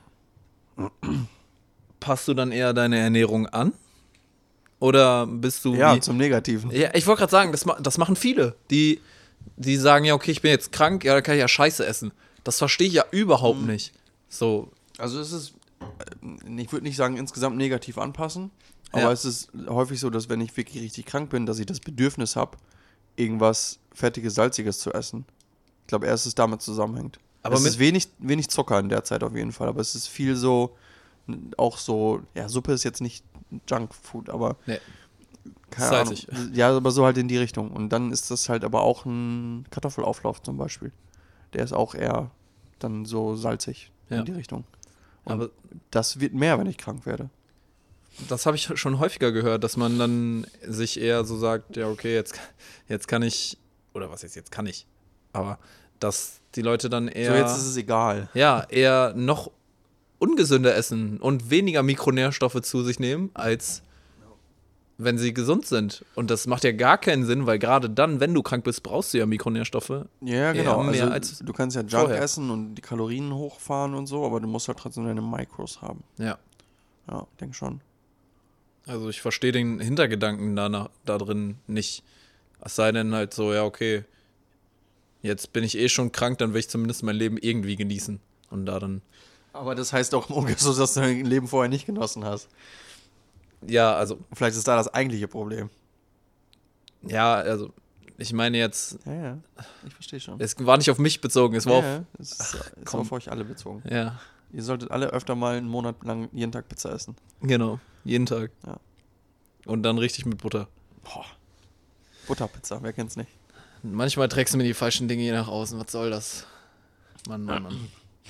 passt du dann eher deine Ernährung an? Oder bist du Ja, wie, zum Negativen. Ja, ich wollte gerade sagen, das, ma- das machen viele. Die, die sagen ja, okay, ich bin jetzt krank, ja, dann kann ich ja Scheiße essen. Das verstehe ich ja überhaupt Mhm. nicht. So, Also es ist, äh, ich würde nicht sagen insgesamt negativ anpassen, Aber Ja. es ist häufig so, dass wenn ich wirklich richtig krank bin, dass ich das Bedürfnis habe, irgendwas Fettiges, Salziges zu essen. Ich glaube, erst es damit zusammenhängt. Aber es mit- ist wenig, wenig Zucker in der Zeit auf jeden Fall, aber es ist viel so, n- auch so, ja, Suppe ist jetzt nicht Junkfood, aber Nee. keine Salzig. Ahnung. Ja, aber so halt in die Richtung. Und dann ist das halt aber auch ein Kartoffelauflauf zum Beispiel. Der ist auch eher dann so salzig Ja. in die Richtung. Und Aber das wird mehr, wenn ich krank werde. das habe ich schon häufiger gehört, dass man dann sich eher so sagt, ja, okay, jetzt, jetzt kann ich, oder was jetzt, jetzt kann ich, aber dass die Leute dann eher, So, jetzt ist es egal. ja, eher noch ungesünder essen und weniger Mikronährstoffe zu sich nehmen, als wenn sie gesund sind. Und das macht ja gar keinen Sinn, weil gerade dann, wenn du krank bist, brauchst du ja Mikronährstoffe. Ja, genau. mehr Also, als du kannst ja Junk vorher. essen und die Kalorien hochfahren und so, aber du musst halt trotzdem deine Micros haben. Ja, Ja, denk schon. also ich verstehe den Hintergedanken da, da drin nicht. Es sei denn halt so, ja, okay, jetzt bin ich eh schon krank, dann will ich zumindest mein Leben irgendwie genießen. Und da dann, Aber das heißt auch im Umkehrschluss, dass du dein Leben vorher nicht genossen hast. ja, also, Vielleicht ist da das eigentliche Problem. ja, also, ich meine jetzt, Ja, ja. Ich verstehe schon. es war nicht auf mich bezogen, es war ja, auf, ja. Es ist, ist komm. auf euch alle bezogen. ja, Ihr solltet alle öfter mal einen Monat lang jeden Tag Pizza essen. genau, jeden Tag. Ja. Und dann richtig mit Butter. Boah. Butterpizza, wer kennt's nicht? Manchmal trägst du mir die falschen Dinge hier nach außen, was soll das? Mann, Mann, Mann.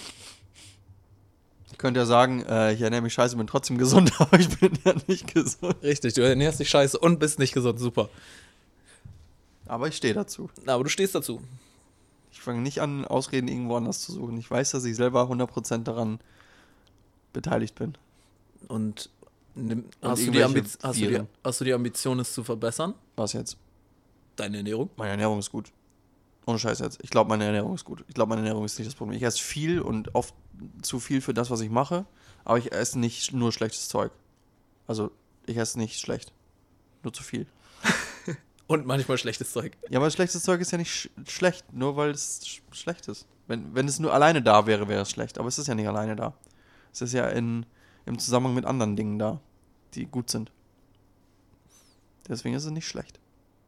Ich könnte ja sagen, äh, ich ernähre mich scheiße, bin trotzdem gesund, aber ich bin ja nicht gesund. Richtig, du ernährst dich scheiße und bist nicht gesund, super. Aber ich stehe dazu. Aber du stehst dazu. Ich fange nicht an, Ausreden irgendwo anders zu suchen. Ich weiß, dass ich selber hundert Prozent daran beteiligt bin. Und nimm, Und hast, du die irgendwelche Ambiz- hast, du die, Viren. hast du die Ambition, es zu verbessern? Was jetzt? Deine Ernährung? Meine Ernährung ist gut. Ohne Scheiß jetzt. Ich glaube, meine Ernährung ist gut. Ich glaube, meine Ernährung ist nicht das Problem. Ich esse viel und oft zu viel für das, was ich mache. Aber ich esse nicht nur schlechtes Zeug. Also, ich esse nicht schlecht. Nur zu viel. Und manchmal schlechtes Zeug. Ja, aber schlechtes Zeug ist ja nicht sch schlecht, nur weil es sch schlecht ist. Wenn, wenn es nur alleine da wäre, wäre es schlecht. Aber es ist ja nicht alleine da. Es ist ja in, im Zusammenhang mit anderen Dingen da, die gut sind. Deswegen ist es nicht schlecht.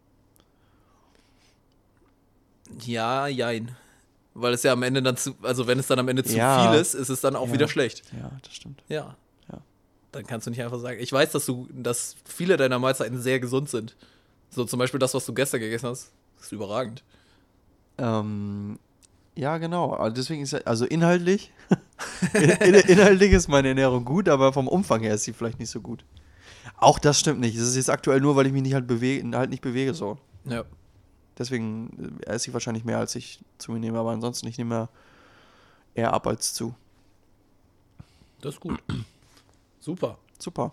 Ja, jein. Weil es ja am Ende dann zu, also wenn es dann am Ende zu Ja. viel ist, ist es dann auch Ja. wieder schlecht. Ja, das stimmt. Ja. Ja. Dann kannst du nicht einfach sagen, ich weiß, dass du, dass viele deiner Mahlzeiten sehr gesund sind. So zum Beispiel das, was du gestern gegessen hast, ist überragend. Ähm, ja, genau. Also deswegen ist ja, also inhaltlich, in, inhaltlich ist meine Ernährung gut, aber vom Umfang her ist sie vielleicht nicht so gut. Auch das stimmt nicht. Das ist jetzt aktuell nur, weil ich mich nicht halt bewege, halt nicht bewege so. Ja. Deswegen äh, esse ich wahrscheinlich mehr, als ich zu mir nehme, aber ansonsten ich nehme eher ab als zu. Das ist gut. Super. Super.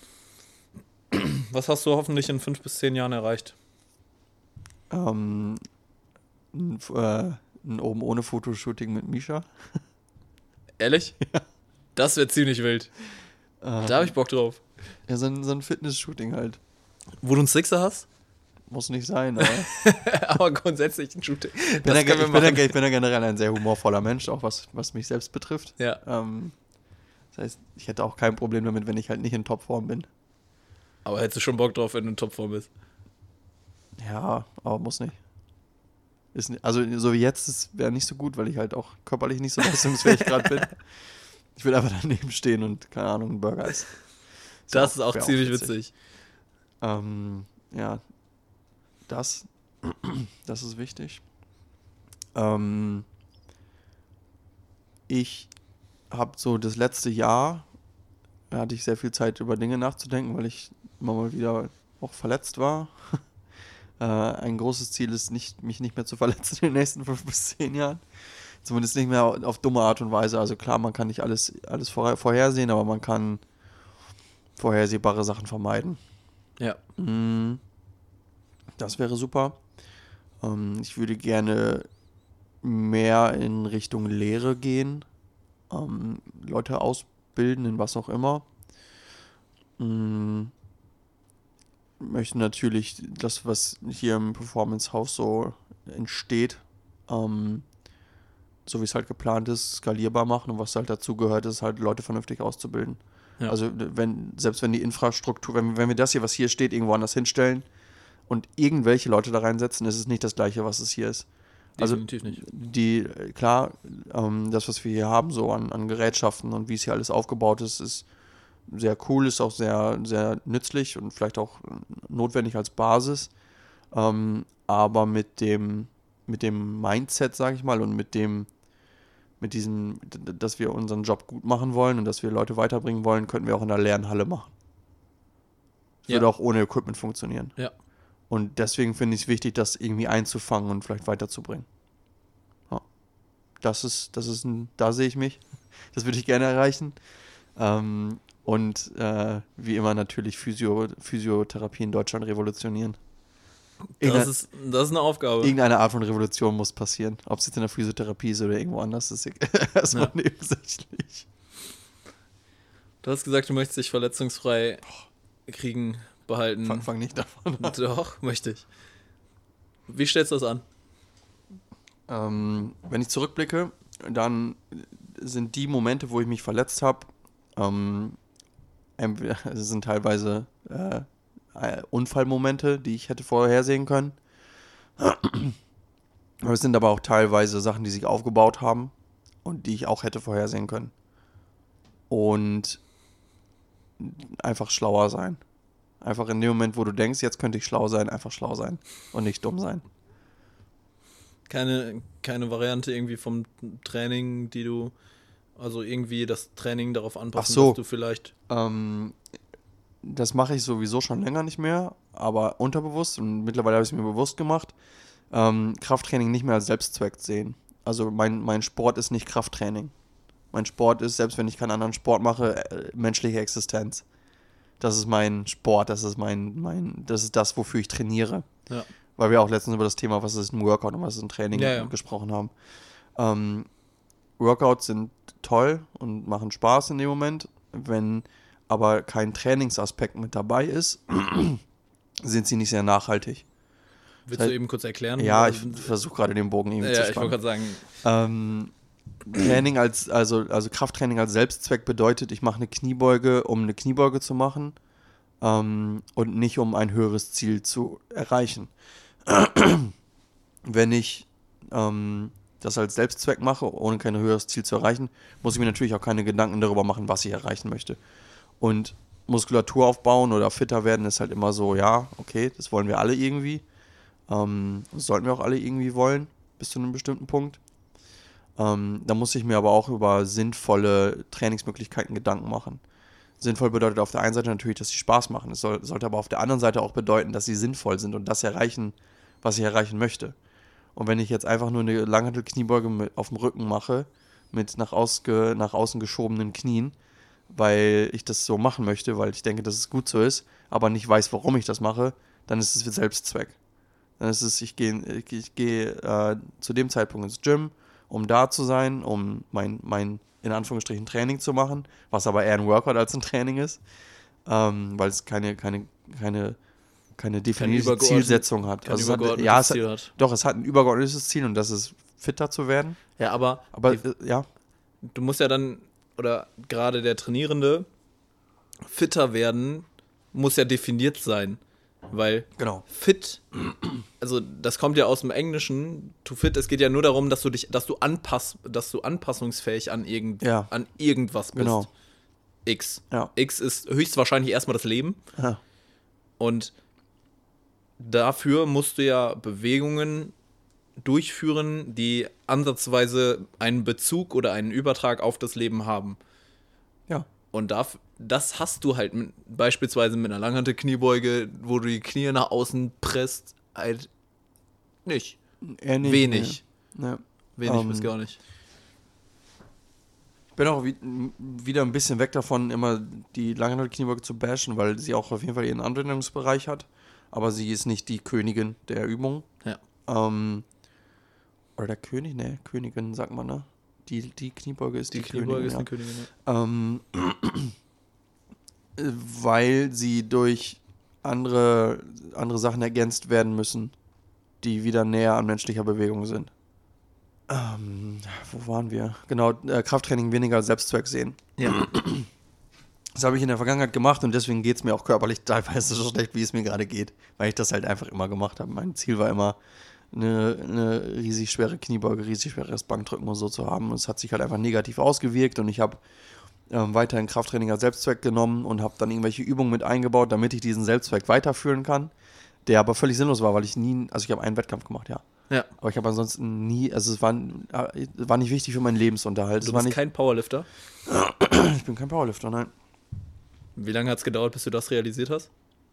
Was hast du hoffentlich in fünf bis zehn Jahren erreicht? Ähm, ein, F- äh, ein oben ohne Fotoshooting mit Misha. Ehrlich? Ja. Das wäre ziemlich wild. Äh, Da habe ich Bock drauf. ja, so ein, so ein Fitness-Shooting halt. Wo du einen Sixer hast? Muss nicht sein, aber Aber grundsätzlich ein Shooting. ich bin, Das ja, können wir ich, bin ja, machen. ich bin ja generell ein sehr humorvoller Mensch, auch was, was mich selbst betrifft. Ja. Ähm, das heißt, ich hätte auch kein Problem damit, wenn ich halt nicht in Topform bin. Aber hättest du schon Bock drauf, wenn du in Topform bist? Ja, aber muss nicht. Ist, ni- also so wie jetzt wäre nicht so gut, weil ich halt auch körperlich nicht so leistungsfähig gerade bin. Ich will einfach daneben stehen und, keine Ahnung, einen Burger essen. Das ist auch wär ziemlich witzig. Ähm, ja, das, das ist wichtig. Ähm, ich habe so das letzte Jahr, da hatte ich sehr viel Zeit über Dinge nachzudenken, weil ich immer mal wieder auch verletzt war. äh, ein großes Ziel ist, nicht, mich nicht mehr zu verletzen in den nächsten fünf bis zehn Jahren. Zumindest nicht mehr auf dumme Art und Weise. Also klar, man kann nicht alles, alles vorher, vorhersehen, aber man kann vorhersehbare Sachen vermeiden. Ja. Mm, Das wäre super. Ähm, ich würde gerne mehr in Richtung Lehre gehen. Ähm, Leute ausbilden, in was auch immer. Mm, möchte natürlich das, was hier im Performance House so entsteht, ähm, so wie es halt geplant ist, skalierbar machen. Und was halt dazu gehört, ist halt Leute vernünftig auszubilden. Ja. Also wenn, selbst wenn die Infrastruktur, wenn, wenn wir das hier, was hier steht, irgendwo anders hinstellen und irgendwelche Leute da reinsetzen, ist es nicht das Gleiche, was es hier ist. Definitiv also nicht. Die, klar, ähm, das, was wir hier haben, so an, an Gerätschaften und wie es hier alles aufgebaut ist, ist sehr cool, ist auch sehr, sehr nützlich und vielleicht auch notwendig als Basis. Ähm, aber mit dem, mit dem Mindset, sage ich mal, und mit dem, mit diesem, dass wir unseren Job gut machen wollen und dass wir Leute weiterbringen wollen, könnten wir auch in der Lernhalle machen. Das Ja. würde auch ohne Equipment funktionieren. Ja. Und deswegen finde ich es wichtig, das irgendwie einzufangen und vielleicht weiterzubringen. Ja. Das ist, das ist ein, da sehe ich mich. Das würde ich gerne erreichen. Ähm, und äh, wie immer natürlich Physio, Physiotherapie in Deutschland revolutionieren. Das ist, das ist eine Aufgabe. Irgendeine Art von Revolution muss passieren. Ob es jetzt in der Physiotherapie ist oder irgendwo anders, ist erstmal Ja. nebensächlich. Du hast gesagt, du möchtest dich verletzungsfrei kriegen, behalten. Fang, fang nicht davon an. Doch, möchte ich. Wie stellst du das an? Ähm, wenn ich zurückblicke, dann sind die Momente, wo ich mich verletzt habe, ähm, entweder- es sind teilweise äh, äh, Unfallmomente, die ich hätte vorhersehen können. Aber es sind aber auch teilweise Sachen, die sich aufgebaut haben und die ich auch hätte vorhersehen können. Und einfach schlauer sein. Einfach in dem Moment, wo du denkst, jetzt könnte ich schlau sein, einfach schlau sein und nicht dumm sein. Keine, keine Variante irgendwie vom Training, die du, also irgendwie das Training darauf anpassen, Ach so. dass du vielleicht, Ähm, das mache ich sowieso schon länger nicht mehr, aber unterbewusst und mittlerweile habe ich es mir bewusst gemacht, ähm, Krafttraining nicht mehr als Selbstzweck sehen. Also mein, mein Sport ist nicht Krafttraining. Mein Sport ist, selbst wenn ich keinen anderen Sport mache, äh, menschliche Existenz. Das ist mein Sport, das ist mein, mein, das ist das, wofür ich trainiere. ja, Weil wir auch letztens über das Thema, was ist ein Workout und was ist ein Training, Ja, ja. gesprochen haben. Ähm, Workouts sind toll und machen Spaß in dem Moment. Wenn aber kein Trainingsaspekt mit dabei ist, sind sie nicht sehr nachhaltig. willst Das du eben kurz erklären? Ja, ich Weil- versuche gerade den Bogen irgendwie zu ja, ich wollte spannen. gerade sagen, Ähm, Training als, also, also Krafttraining als Selbstzweck bedeutet, ich mache eine Kniebeuge, um eine Kniebeuge zu machen, ähm, und nicht um ein höheres Ziel zu erreichen. Wenn ich ähm, das als Selbstzweck mache, ohne kein höheres Ziel zu erreichen, muss ich mir natürlich auch keine Gedanken darüber machen, was ich erreichen möchte. Und Muskulatur aufbauen oder fitter werden ist halt immer so, ja, okay, das wollen wir alle irgendwie. Ähm, das sollten wir auch alle irgendwie wollen, bis zu einem bestimmten Punkt. Ähm, da muss ich mir aber auch über sinnvolle Trainingsmöglichkeiten Gedanken machen. Sinnvoll bedeutet auf der einen Seite natürlich, dass sie Spaß machen. Es soll, sollte aber auf der anderen Seite auch bedeuten, dass sie sinnvoll sind und das erreichen, was ich erreichen möchte. Und wenn ich jetzt einfach nur eine Langhantel-Kniebeuge mit, auf dem Rücken mache, mit nach, ausge, nach außen geschobenen Knien, weil ich das so machen möchte, weil ich denke, dass es gut so ist, aber nicht weiß, warum ich das mache, dann ist es für Selbstzweck. Dann ist es, ich gehe ich, ich geh, äh, zu dem Zeitpunkt ins Gym, um da zu sein, um mein, mein in Anführungsstrichen Training zu machen, was aber eher ein Workout als ein Training ist, ähm, weil es keine, keine, keine, keine definierte übergeordnet- Zielsetzung hat. kein Also es hat, übergeordnetes ja, es Ziel hat, hat. doch, es hat ein übergeordnetes Ziel und das ist, fitter zu werden. Ja, aber, Aber die, äh, ja, du musst ja dann, oder gerade der Trainierende, fitter werden, muss ja definiert sein. Weil genau. fit, also das kommt ja aus dem Englischen, to fit, es geht ja nur darum, dass du dich, dass du anpass, dass du anpassungsfähig an, irgend, Ja. an irgendwas bist. Genau. X. Ja. X ist höchstwahrscheinlich erstmal das Leben. Ja. Und dafür musst du ja Bewegungen durchführen, die ansatzweise einen Bezug oder einen Übertrag auf das Leben haben. Ja. Und darf, das hast du halt mit, beispielsweise mit einer Langhantel-Kniebeuge, wo du die Knie nach außen presst, halt nicht. Eher nicht, Wenig. Nee. Nee. Wenig Ähm, bis gar nicht. Ich bin auch wie, wieder ein bisschen weg davon, immer die Langhantel-Kniebeuge zu bashen, weil sie auch auf jeden Fall ihren Anwendungsbereich hat. Aber sie ist nicht die Königin der Übung. Ja. Ähm, oder der König? Ne, Königin, sagt man, ne? Die, die Kniebeuge ist die, Die Kniebeuge Königin, ist ja. eine Königin. Ja. Ähm, weil sie durch andere, andere Sachen ergänzt werden müssen, die wieder näher an menschlicher Bewegung sind. Ähm, wo waren wir? Genau, äh, Krafttraining weniger als Selbstzweck sehen. Ja. Das habe ich in der Vergangenheit gemacht und deswegen geht es mir auch körperlich teilweise so schlecht, wie es mir gerade geht, weil ich das halt einfach immer gemacht habe. Mein Ziel war immer, eine, eine riesig schwere Kniebeuge, riesig schweres Bankdrücken und so zu haben. Und es hat sich halt einfach negativ ausgewirkt und ich habe ähm, weiterhin Krafttraining als Selbstzweck genommen und habe dann irgendwelche Übungen mit eingebaut, damit ich diesen Selbstzweck weiterführen kann, der aber völlig sinnlos war, weil ich nie, also ich habe einen Wettkampf gemacht, ja. Ja. Aber ich habe ansonsten nie, also es war, war nicht wichtig für meinen Lebensunterhalt. Du es war bist nicht, kein Powerlifter? Ich bin kein Powerlifter, nein. Wie lange hat es gedauert, bis du das realisiert hast?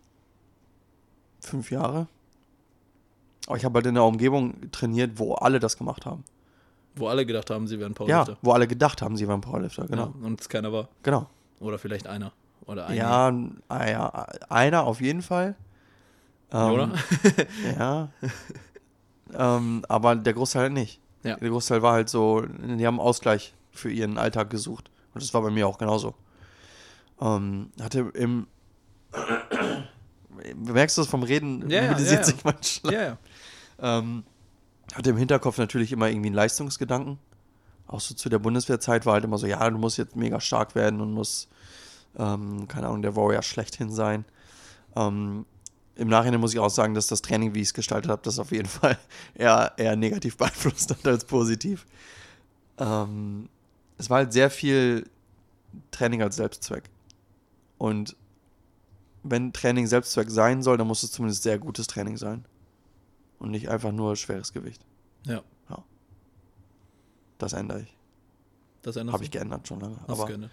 Fünf Jahre. Aber ich habe halt in der Umgebung trainiert, wo alle das gemacht haben. Wo alle gedacht haben, sie wären Powerlifter. Ja, wo alle gedacht haben, sie wären Powerlifter, genau. Ja, und es keiner war. Genau. Oder vielleicht einer. Oder eine. Ja, ah, ja, einer auf jeden Fall. Ähm, Oder? Ja. ähm, aber der Großteil halt nicht. Ja. Der Großteil war halt so, die haben Ausgleich für ihren Alltag gesucht. Und das war bei mir auch genauso. Ähm, hatte im Merkst du das vom Reden? Ja, mobilisiert ja, ja. sich mein Schlag. Ja, ja. Ähm, hatte im Hinterkopf natürlich immer irgendwie einen Leistungsgedanken. Auch so zu der Bundeswehrzeit war halt immer so, ja, du musst jetzt mega stark werden und musst, ähm, keine Ahnung, der Warrior schlechthin sein. Ähm, Im Nachhinein muss ich auch sagen, dass das Training, wie ich es gestaltet habe, das auf jeden Fall eher, eher negativ beeinflusst hat als positiv. Ähm, es war halt sehr viel Training als Selbstzweck. Und wenn Training Selbstzweck sein soll, dann muss es zumindest sehr gutes Training sein. Und nicht einfach nur schweres Gewicht. Ja. Ja. Das ändere ich. Das änderst Habe du? ich geändert schon lange. Hast Aber, geändert.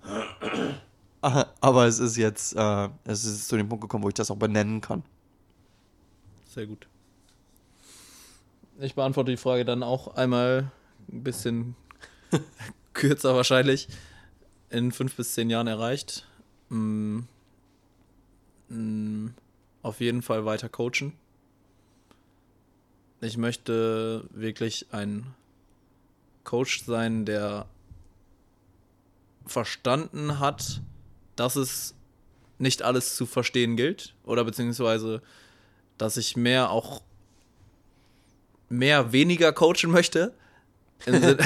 aber es ist jetzt, äh, es ist zu dem Punkt gekommen, wo ich das auch benennen kann. Sehr gut. Ich beantworte die Frage dann auch einmal ein bisschen kürzer wahrscheinlich. In fünf bis zehn Jahren erreicht. Mm, mm, auf jeden Fall weiter coachen. Ich möchte wirklich ein Coach sein, der verstanden hat, dass es nicht alles zu verstehen gilt. Oder beziehungsweise, dass ich mehr auch mehr weniger coachen möchte. Im, Sin-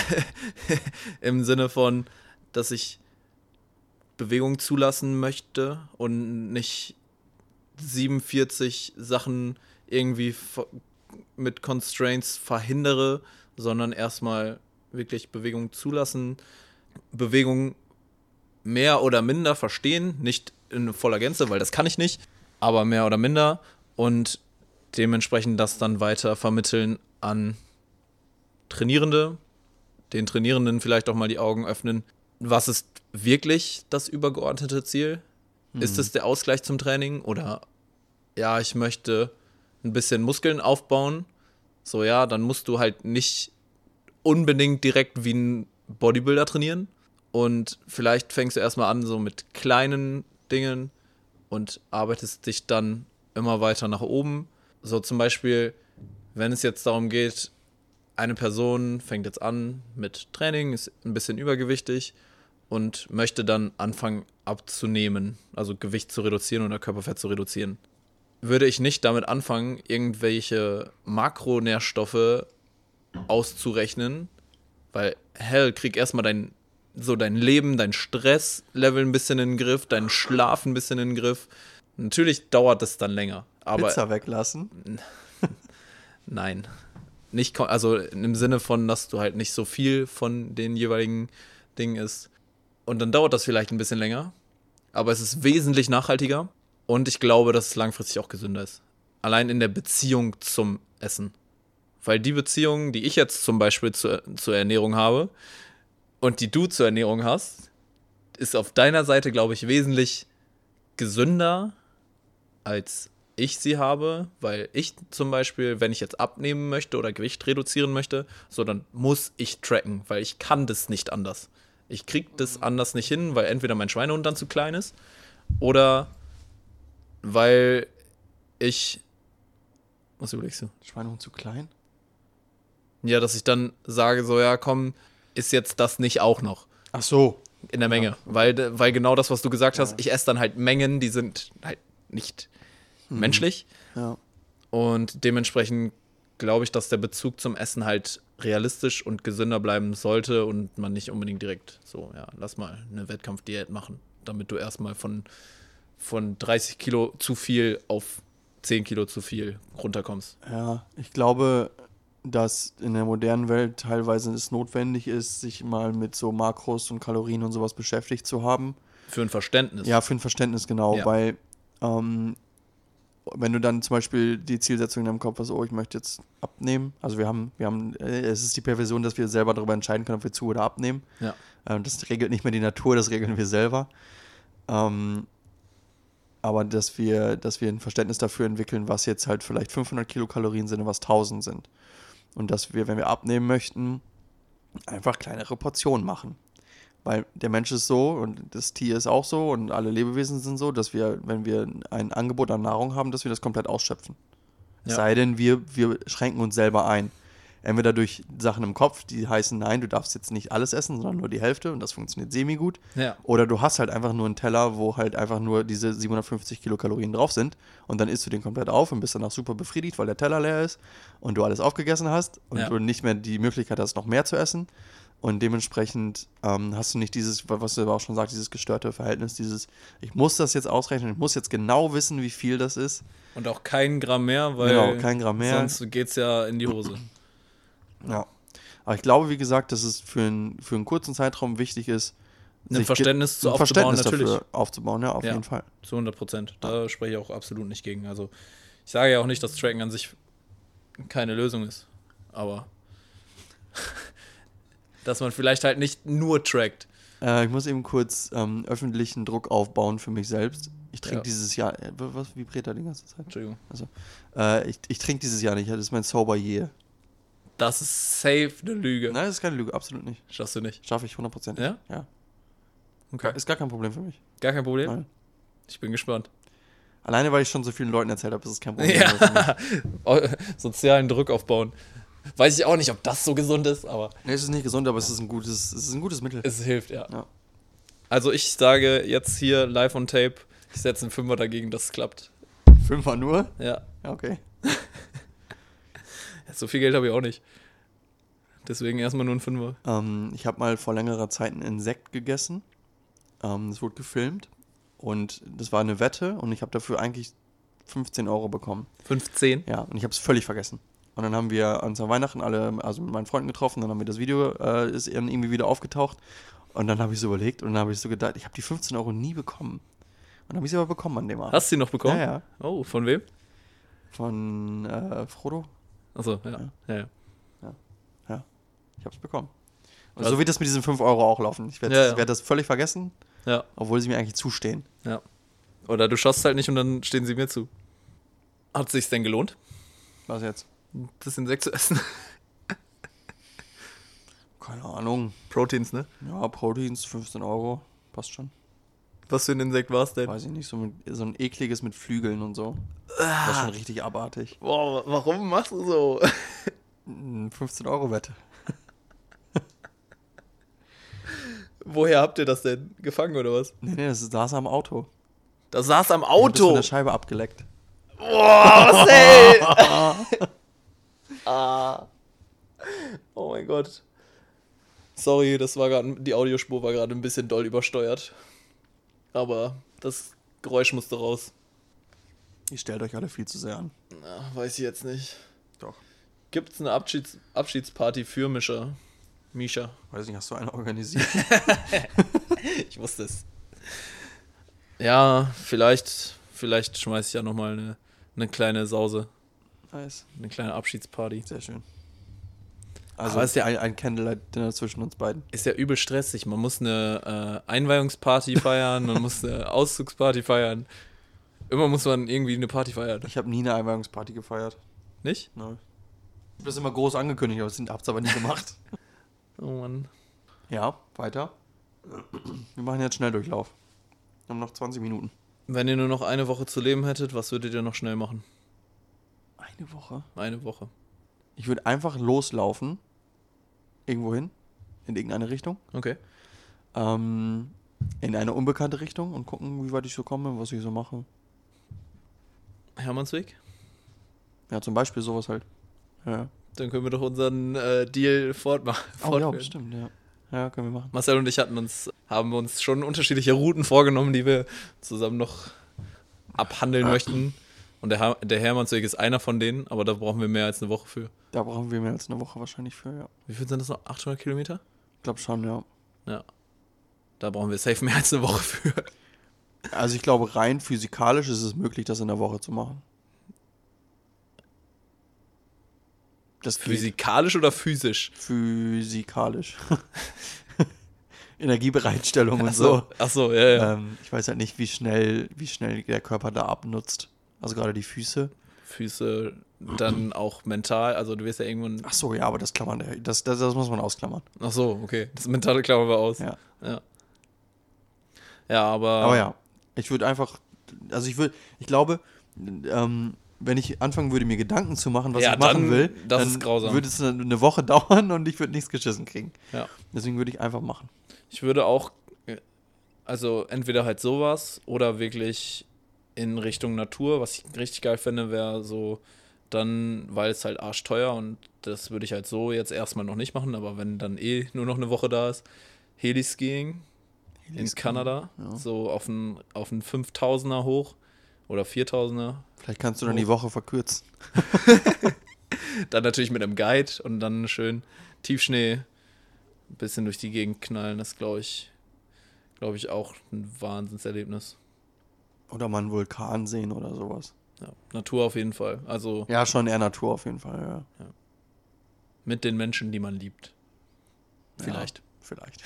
Im Sinne von, dass ich Bewegung zulassen möchte und nicht siebenundvierzig Sachen irgendwie ver- mit Constraints verhindere, sondern erstmal wirklich Bewegung zulassen, Bewegung mehr oder minder verstehen, nicht in voller Gänze, weil das kann ich nicht, aber mehr oder minder und dementsprechend das dann weiter vermitteln an Trainierende, den Trainierenden vielleicht auch mal die Augen öffnen. Was ist wirklich das übergeordnete Ziel? Mhm. Ist es der Ausgleich zum Training oder ja, ich möchte ein bisschen Muskeln aufbauen, so ja, dann musst du halt nicht unbedingt direkt wie ein Bodybuilder trainieren und vielleicht fängst du erstmal an so mit kleinen Dingen und arbeitest dich dann immer weiter nach oben. So zum Beispiel, wenn es jetzt darum geht, eine Person fängt jetzt an mit Training, ist ein bisschen übergewichtig und möchte dann anfangen abzunehmen, also Gewicht zu reduzieren oder Körperfett zu reduzieren. Würde ich nicht damit anfangen, irgendwelche Makronährstoffe auszurechnen, weil, hell, krieg erstmal dein, so dein Leben, dein Stresslevel ein bisschen in den Griff, deinen Schlaf ein bisschen in den Griff. Natürlich dauert es dann länger. Aber Pizza weglassen? Nein. Nicht, also im Sinne von, dass du halt nicht so viel von den jeweiligen Dingen isst. Und dann dauert das vielleicht ein bisschen länger, aber es ist wesentlich nachhaltiger und ich glaube, dass es langfristig auch gesünder ist. Allein in der Beziehung zum Essen. Weil die Beziehung, die ich jetzt zum Beispiel zur, zur Ernährung habe und die du zur Ernährung hast, ist auf deiner Seite, glaube ich, wesentlich gesünder, als ich sie habe, weil ich zum Beispiel, wenn ich jetzt abnehmen möchte oder Gewicht reduzieren möchte, so dann muss ich tracken, weil ich kann das nicht anders. Ich krieg das anders nicht hin, weil entweder mein Schweinehund dann zu klein ist oder weil ich, was überlegst du? Schweinehund zu klein? Ja, dass ich dann sage so, ja komm, ist jetzt das nicht auch noch Ach so. in der Menge, Ja. weil, weil genau das, was du gesagt hast, Ja. ich esse dann halt Mengen, die sind halt nicht Hm. menschlich. Ja. Und dementsprechend glaube ich, dass der Bezug zum Essen halt realistisch und gesünder bleiben sollte und man nicht unbedingt direkt so, ja, lass mal eine Wettkampfdiät machen. damit du erstmal von, von dreißig Kilo zu viel auf zehn Kilo zu viel runterkommst. Ja, ich glaube, dass in der modernen Welt teilweise es notwendig ist, sich mal mit so Makros und Kalorien und sowas beschäftigt zu haben. Für ein Verständnis. Ja, für ein Verständnis, genau, Ja. weil ähm, wenn du dann zum Beispiel die Zielsetzung in deinem Kopf hast, oh, ich möchte jetzt abnehmen, also wir haben, wir haben, äh, es ist die Perversion, dass wir selber darüber entscheiden können, ob wir zu oder abnehmen. Ja. Ähm, das regelt nicht mehr die Natur, das regeln wir selber. Ähm, aber dass wir, dass wir ein Verständnis dafür entwickeln, was jetzt halt vielleicht fünfhundert Kilokalorien sind und was tausend sind. Und dass wir, wenn wir abnehmen möchten, einfach kleinere Portionen machen. Weil der Mensch ist so und das Tier ist auch so und alle Lebewesen sind so, dass wir, wenn wir ein Angebot an Nahrung haben, dass wir das komplett ausschöpfen. Es Ja. sei denn, wir, wir schränken uns selber ein. Entweder durch Sachen im Kopf, die heißen, nein, du darfst jetzt nicht alles essen, sondern nur die Hälfte und das funktioniert semi-gut. Ja. Oder du hast halt einfach nur einen Teller, wo halt einfach nur diese siebenhundertfünfzig Kilokalorien drauf sind und dann isst du den komplett auf und bist danach super befriedigt, weil der Teller leer ist und du alles aufgegessen hast und Ja. du nicht mehr die Möglichkeit hast, noch mehr zu essen. Und dementsprechend ähm, hast du nicht dieses, was du aber auch schon sagst, dieses gestörte Verhältnis, dieses, ich muss das jetzt ausrechnen, ich muss jetzt genau wissen, wie viel das ist. Und auch kein Gramm mehr, weil Genau, kein Gramm mehr. sonst geht's ja in die Hose. Ja. Aber ich glaube, wie gesagt, dass es für, ein, für einen kurzen Zeitraum wichtig ist, Ein sich Verständnis zu ein aufzubauen, Verständnis natürlich. dafür aufzubauen, ja, auf Ja. jeden Fall. Zu hundert Prozent. Da spreche ich auch absolut nicht gegen. Also ich sage ja auch nicht, dass Tracken an sich keine Lösung ist. Aber dass man vielleicht halt nicht nur trackt. Äh, ich muss eben kurz ähm, öffentlichen Druck aufbauen für mich selbst. Ich trinke Ja. dieses Jahr, äh, was vibriert da die ganze Zeit? Entschuldigung. Äh, ich ich trinke dieses Jahr nicht, das ist mein Sober Year. Das ist safe eine Lüge. Nein, das ist keine Lüge, absolut nicht. Schaffst du nicht. Schaffe ich hundert Prozent. Ja? Ja. Okay. Ist gar kein Problem für mich. Gar kein Problem? Nein. Ich bin gespannt. Alleine, weil ich schon so vielen Leuten erzählt habe, ist es kein Problem. mehr für mich. Ja. Sozialen Druck aufbauen. Weiß ich auch nicht, ob das so gesund ist, aber Nee, es ist nicht gesund, aber es ist ein gutes, es ist ein gutes Mittel. es hilft, ja. Ja. Also ich sage jetzt hier live on tape, ich setze einen Fünfer dagegen, dass es klappt. Fünfer nur? Ja. Ja, okay. So viel Geld habe ich auch nicht. Deswegen erstmal nur ein Fünfer. Ähm, ich habe mal vor längerer Zeit ein Insekt gegessen. Ähm, das wurde gefilmt. Und das war eine Wette und ich habe dafür eigentlich fünfzehn Euro bekommen. fünfzehn? Ja, und ich habe es völlig vergessen. Und dann haben wir uns an Weihnachten alle, also mit meinen Freunden getroffen, dann haben wir das Video, äh, ist dann irgendwie wieder aufgetaucht. Und dann habe ich so überlegt und dann habe ich so gedacht, ich habe die fünfzehn Euro nie bekommen. Und dann habe ich sie aber bekommen an dem Abend. Hast du sie noch bekommen? Ja, ja. Oh, von wem? Von äh, Frodo. Achso, ja. ja. ja. Ich habe es bekommen. Und Also- so wird das mit diesen fünf Euro auch laufen. Ich werde Ja, ja. werd das völlig vergessen, Ja, obwohl sie mir eigentlich zustehen. ja. Oder du schaust halt nicht und dann stehen sie mir zu. Hat sich's denn gelohnt, Was jetzt? das Insekt zu essen? Keine Ahnung. Proteins, ne? Ja, Proteins, fünfzehn Euro. Passt schon. Was für ein Insekt war's denn? Weiß ich nicht, so, mit, so ein ekliges mit Flügeln und so. Das ist schon richtig abartig. Boah, warum machst du so? fünfzehn Euro Wette. Woher habt ihr das denn? Gefangen oder was? Nee, nee, das saß am Auto. Das saß am Ich hab das von Auto. der Scheibe abgeleckt. Boah, Marcel! ah. Oh mein Gott. Sorry, das war gerade, die Audiospur war gerade ein bisschen doll übersteuert. Aber das Geräusch musste raus. Ihr stellt euch alle viel zu sehr an. Na, weiß ich jetzt nicht. Doch. Gibt's eine Abschieds Abschiedsparty für Mischa? Mischa. Weiß nicht, hast du eine organisiert? Ich wusste es. Ja, vielleicht, vielleicht schmeiß ich ja nochmal eine, eine kleine Sause. Nice. Eine kleine Abschiedsparty. Sehr schön. Also Aber ist ja- ein, ein Candlelight-Dinner zwischen uns beiden. Ist ja übel stressig. Man muss eine äh, Einweihungsparty feiern, man muss eine Auszugsparty feiern. Immer muss man irgendwie eine Party feiern. Ich habe nie eine Einweihungsparty gefeiert. Nicht? Nein. Ich habe das immer groß angekündigt, aber ich habe es aber nie gemacht. Oh Mann. Ja, weiter. Wir machen jetzt Schnelldurchlauf. Wir haben noch zwanzig Minuten. Wenn ihr nur noch eine Woche zu leben hättet, was würdet ihr noch schnell machen? Eine Woche? Eine Woche. Ich würde einfach loslaufen. Irgendwo hin. In irgendeine Richtung. Okay. Ähm, in eine unbekannte Richtung und gucken, wie weit ich so komme, was ich so mache. Hermannsweg? Ja, zum Beispiel sowas halt. Ja. Dann können wir doch unseren äh, Deal fortmachen. Oh ja, bestimmt, ja. Ja, können wir machen. Marcel und ich hatten uns haben wir uns schon unterschiedliche Routen vorgenommen, die wir zusammen noch abhandeln möchten. Und der, Her- der Hermannsweg ist einer von denen, aber da brauchen wir mehr als eine Woche für. Da brauchen wir mehr als eine Woche wahrscheinlich für, ja. Wie viel sind das noch? achthundert Kilometer? Ich glaube schon, ja. Ja. Da brauchen wir safe mehr als eine Woche für. Also ich glaube, rein physikalisch ist es möglich, das in der Woche zu machen. Das geht. Physikalisch oder physisch? Physikalisch. Energiebereitstellung und so. Ach so, ja, ja. Ähm, ich weiß halt nicht, wie schnell, wie schnell der Körper da abnutzt. Also gerade die Füße. Füße, dann auch mental, also du wirst ja irgendwann. Ach so, ja, aber das klammern, das, das, das muss man ausklammern. Ach so, okay. Das mentale klammern wir aus. Ja. Ja, ja aber. Aber ja, ich würde einfach, also ich würde, ich glaube, ähm, wenn ich anfangen würde, mir Gedanken zu machen, was Ja, ich machen dann- will, das dann ist grausam. würde es eine, eine Woche dauern und ich würde nichts geschissen kriegen. Ja. Deswegen würde ich einfach machen. Ich würde auch, also entweder halt sowas oder wirklich in Richtung Natur. Was ich richtig geil finde, wäre so dann, weil es halt arschteuer und das würde ich halt so jetzt erstmal noch nicht machen, aber wenn dann eh nur noch eine Woche da ist, Heliskiing in Heliskiing, Kanada, ja. so auf einen auf einen fünftausender hoch oder viertausender. Vielleicht kannst du dann die Woche verkürzen. Dann natürlich mit einem Guide und dann schön Tiefschnee ein bisschen durch die Gegend knallen. Das glaube ich, glaube ich auch ein Wahnsinnserlebnis. Oder mal einen Vulkan sehen oder sowas. Ja, Natur auf jeden Fall. Also Ja, schon eher Natur auf jeden Fall, ja. mit den Menschen, die man liebt. Vielleicht. Ja, vielleicht.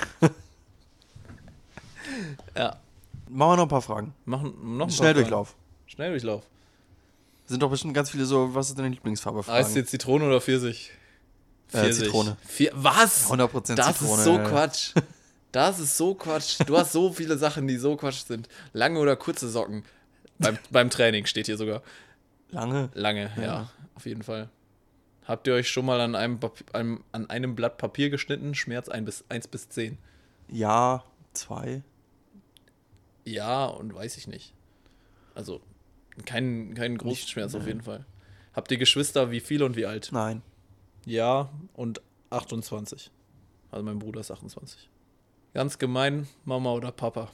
Ja. Machen wir noch ein paar Fragen. Machen noch ein paar Schnelldurchlauf. Fragen. Schnelldurchlauf. Sind doch bestimmt ganz viele so, was ist deine Lieblingsfarbe? Fragen. Eis, jetzt Zitrone oder Pfirsich? Äh, Zitrone. Vier, was? hundert Prozent Das Zitrone. ist so ja. Quatsch. Das ist so Quatsch. Du hast so viele Sachen, die so Quatsch sind. Lange oder kurze Socken. Beim, beim Training steht hier sogar. Lange? Lange, ja. Ja. Auf jeden Fall. Habt ihr euch schon mal an einem, Papi- einem, an einem Blatt Papier geschnitten? Schmerz eins bis, eins bis zehn. Ja, zwei. Ja, und weiß ich nicht. Also, kein, kein großen Nicht- Schmerz auf nein. jeden Fall. Habt ihr Geschwister, wie viele und wie alt? Nein. Ja und achtundzwanzig. Also mein Bruder ist achtundzwanzig. Ganz gemein, Mama oder Papa?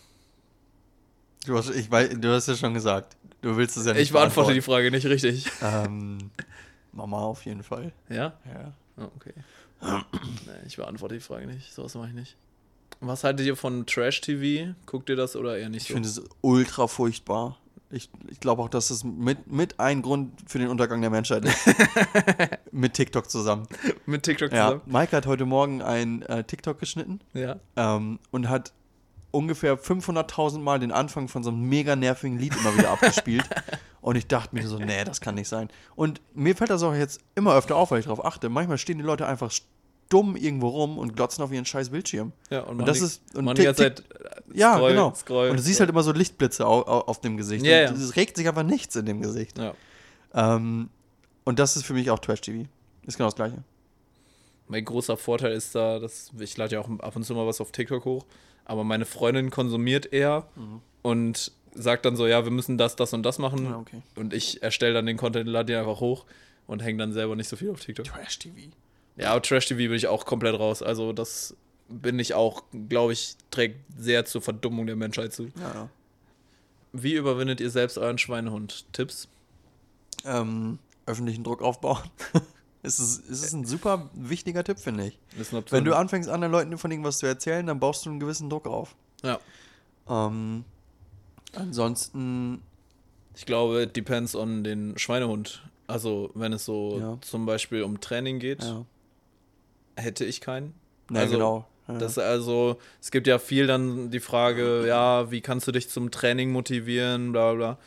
Du hast, ich weiß, du hast ja schon gesagt. Du willst es ja nicht Ich beantworte die Frage nicht richtig. Ähm, Mama auf jeden Fall. Ja? Ja. Oh, okay. Nee, ich beantworte die Frage nicht. Sowas mache ich nicht. Was haltet ihr von Trash-T V? Guckt ihr das oder eher nicht Ich so? finde es ultra furchtbar. Ich, ich glaube auch, dass es mit, mit ein Grund für den Untergang der Menschheit ist. Mit TikTok zusammen. Mit TikTok Ja, zusammen? Maike hat heute Morgen ein äh, TikTok geschnitten Ja. ähm, und hat ungefähr fünfhunderttausend Mal den Anfang von so einem mega nervigen Lied immer wieder abgespielt. Und ich dachte mir so, nee, das kann nicht sein. Und mir fällt das auch jetzt immer öfter auf, weil ich darauf achte. Manchmal stehen die Leute einfach stumm irgendwo rum und glotzen auf ihren scheiß Bildschirm. Ja, und, Und machen das die, ist- und machen die Tick- ganze Zeit äh, Ja, Scroll, genau. Scroll, Und du siehst halt immer so Lichtblitze au, au, auf dem Gesicht. Ja, ja. Und es regt sich einfach nichts in dem Gesicht. Ja. Ähm, und das ist für mich auch Trash-T V. Ist genau das Gleiche. Mein großer Vorteil ist da, dass ich lade ja auch ab und zu mal was auf TikTok hoch, aber meine Freundin konsumiert eher Mhm. und sagt dann so, ja, wir müssen das, das und das machen. Ja, okay. Und ich erstelle dann den Content, lade den einfach hoch und hänge dann selber nicht so viel auf TikTok. Trash-T V. Ja, aber Trash-T V bin ich auch komplett raus. Also das bin ich auch, glaube ich, trägt sehr zur Verdummung der Menschheit zu. Ja, ja. Wie überwindet ihr selbst euren Schweinehund? Tipps? Ähm, öffentlichen Druck aufbauen. es, ist, es ist ein super wichtiger Tipp, finde ich. Ist eine Option. Wenn du anfängst, anderen Leuten von irgendwas zu erzählen, dann baust du einen gewissen Druck auf. Ja. Ähm, ansonsten, Ich glaube, it depends on den Schweinehund. Also, wenn es so Ja. zum Beispiel um Training geht, ja. hätte ich keinen. Ja, Also, genau. Ja. Das also, es gibt ja viel dann die Frage, ja, wie kannst du dich zum Training motivieren, bla bla.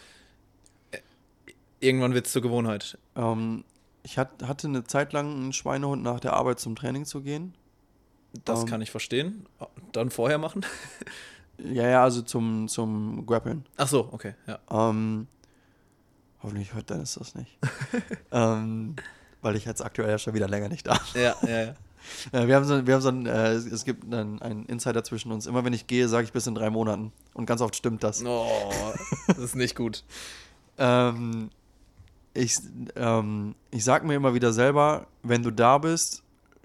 Irgendwann wird es zur Gewohnheit. ähm, ich hat, hatte eine Zeit lang einen Schweinehund, nach der Arbeit zum Training zu gehen. Das Ähm. kann ich verstehen. Dann vorher machen. Ja, ja, also zum, zum Grappeln. Ach so, okay, ja. Ähm, hoffentlich hört Dennis das nicht. ähm, weil ich jetzt aktuell ja schon wieder länger nicht da. Ja, ja, ja. Äh, wir haben so, wir haben so ein, äh, es es gibt einen, einen Insider zwischen uns. Immer wenn ich gehe, sage ich bis in drei Monaten. Und ganz oft stimmt das. Oh, das ist nicht gut. Ähm, ich, ähm, ich sag mir immer wieder selber, wenn du da bist,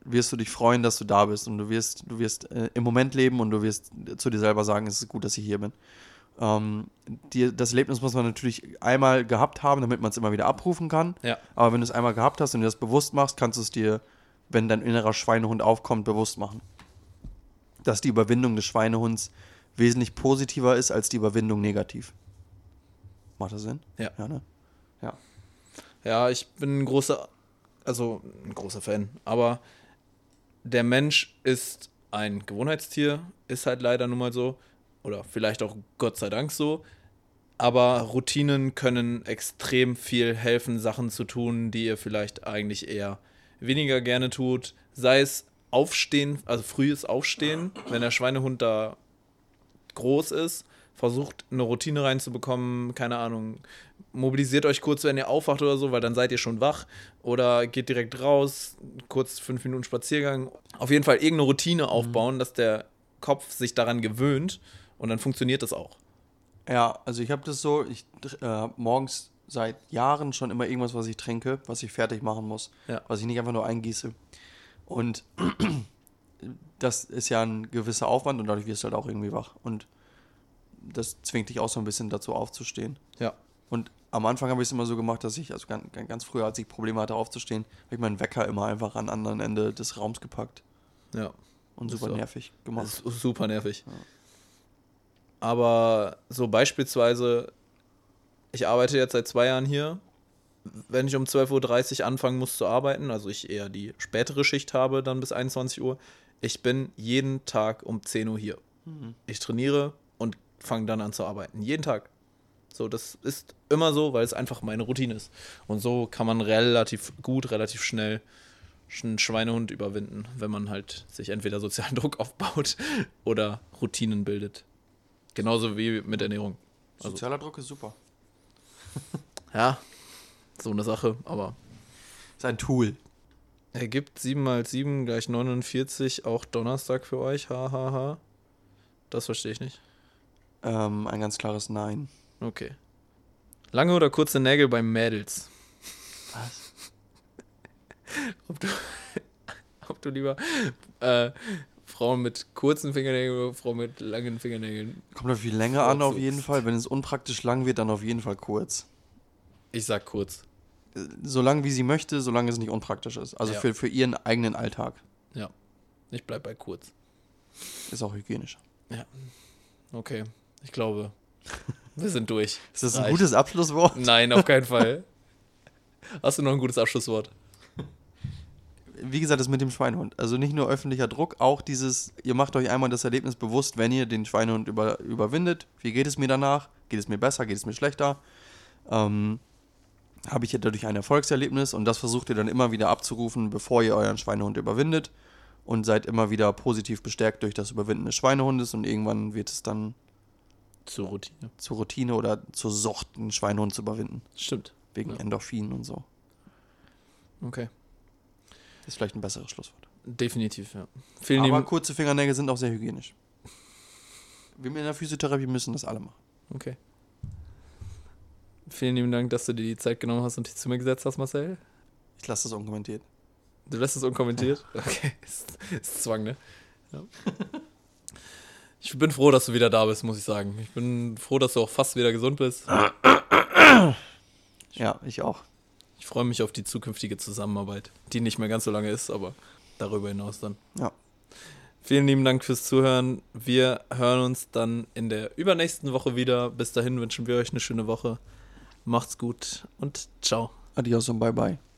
wirst du dich freuen, dass du da bist und du wirst, du wirst äh, im Moment leben und du wirst zu dir selber sagen, es ist gut, dass ich hier bin. Ähm, die, das Erlebnis muss man natürlich einmal gehabt haben, damit man es immer wieder abrufen kann. Ja. Aber wenn du es einmal gehabt hast und dir das bewusst machst, kannst du es dir, wenn dein innerer Schweinehund aufkommt, bewusst machen. Dass die Überwindung des Schweinehunds wesentlich positiver ist als die Überwindung negativ. Macht das Sinn? Ja. Ja, ne? Ja. Ja, ich bin ein großer, also ein großer Fan, aber der Mensch ist ein Gewohnheitstier, ist halt leider nun mal so, oder vielleicht auch Gott sei Dank so, aber Routinen können extrem viel helfen, Sachen zu tun, die ihr vielleicht eigentlich eher weniger gerne tut, sei es Aufstehen, also frühes Aufstehen, wenn der Schweinehund da groß ist, versucht eine Routine reinzubekommen, keine Ahnung, mobilisiert euch kurz, wenn ihr aufwacht oder so, weil dann seid ihr schon wach oder geht direkt raus, kurz fünf Minuten Spaziergang. Auf jeden Fall irgendeine Routine aufbauen, mhm. dass der Kopf sich daran gewöhnt und dann funktioniert das auch. Ja, also ich habe das so, ich äh, habe morgens seit Jahren schon immer irgendwas, was ich trinke, was ich fertig machen muss, ja. was ich nicht einfach nur eingieße. Und das ist ja ein gewisser Aufwand und dadurch wirst du halt auch irgendwie wach. Und das zwingt dich auch so ein bisschen dazu aufzustehen. Ja. Und am Anfang habe ich es immer so gemacht, dass ich, also ganz, ganz früher, als ich Probleme hatte aufzustehen, habe ich meinen Wecker immer einfach an anderen Ende des Raums gepackt. Ja. Und super so. nervig gemacht. Das ist super nervig. Ja. Aber so beispielsweise, ich arbeite jetzt seit zwei Jahren hier. Wenn ich um zwölf Uhr dreißig anfangen muss zu arbeiten, also ich eher die spätere Schicht habe, dann bis einundzwanzig Uhr, ich bin jeden Tag um zehn Uhr hier. Mhm. Ich trainiere und fange dann an zu arbeiten. Jeden Tag. So, das ist immer so, weil es einfach meine Routine ist. Und so kann man relativ gut, relativ schnell einen Schweinehund überwinden, wenn man halt sich entweder sozialen Druck aufbaut oder Routinen bildet. Genauso wie mit Ernährung. Also, sozialer Druck ist super. Ja, so eine Sache, aber ist ein Tool. Ergibt sieben mal sieben gleich neunundvierzig, auch Donnerstag für euch, hahaha. Ha, ha. Das verstehe ich nicht. Ähm, ein ganz klares Nein. Okay. Lange oder kurze Nägel bei Mädels? Was? ob, du, ob du lieber äh, Frauen mit kurzen Fingernägeln oder Frauen mit langen Fingernägeln? Kommt auf die Länge an, auf jeden Fall. Wenn es unpraktisch lang wird, dann auf jeden Fall kurz. Ich sag kurz. So lang wie sie möchte, solange es nicht unpraktisch ist. Also ja. für, für ihren eigenen Alltag. Ja, ich bleib bei kurz. Ist auch hygienischer. Ja, okay. Ich glaube, wir sind durch. Ist das ein Reicht. gutes Abschlusswort? Nein, auf keinen Fall. Hast du noch ein gutes Abschlusswort? Wie gesagt, das mit dem Schweinehund. Also nicht nur öffentlicher Druck, auch dieses, ihr macht euch einmal das Erlebnis bewusst, wenn ihr den Schweinehund über, überwindet. Wie geht es mir danach? Geht es mir besser? Geht es mir schlechter? Ähm, habe ich dadurch ein Erfolgserlebnis und das versucht ihr dann immer wieder abzurufen, bevor ihr euren Schweinehund überwindet und seid immer wieder positiv bestärkt durch das Überwinden des Schweinehundes und irgendwann wird es dann zur Routine. Zur Routine oder zur Sucht, einen Schweinehund zu überwinden. Stimmt. Wegen ja. Endorphinen und so. Okay. Das ist vielleicht ein besseres Schlusswort. Definitiv, ja. Vielen Aber lieben kurze Fingernägel sind auch sehr hygienisch. Wir in der Physiotherapie müssen das alle machen. Okay. Vielen lieben Dank, dass du dir die Zeit genommen hast und dich zu mir gesetzt hast, Marcel. Ich lasse das unkommentiert. Du lässt es unkommentiert? Ja. Okay, ist, ist Zwang, ne? Ja. Ich bin froh, dass du wieder da bist, muss ich sagen. Ich bin froh, dass du auch fast wieder gesund bist. Ja, ich auch. Ich freue mich auf die zukünftige Zusammenarbeit, die nicht mehr ganz so lange ist, aber darüber hinaus dann. Ja. Vielen lieben Dank fürs Zuhören. Wir hören uns dann in der übernächsten Woche wieder. Bis dahin wünschen wir euch eine schöne Woche. Macht's gut und ciao. Adios und bye bye.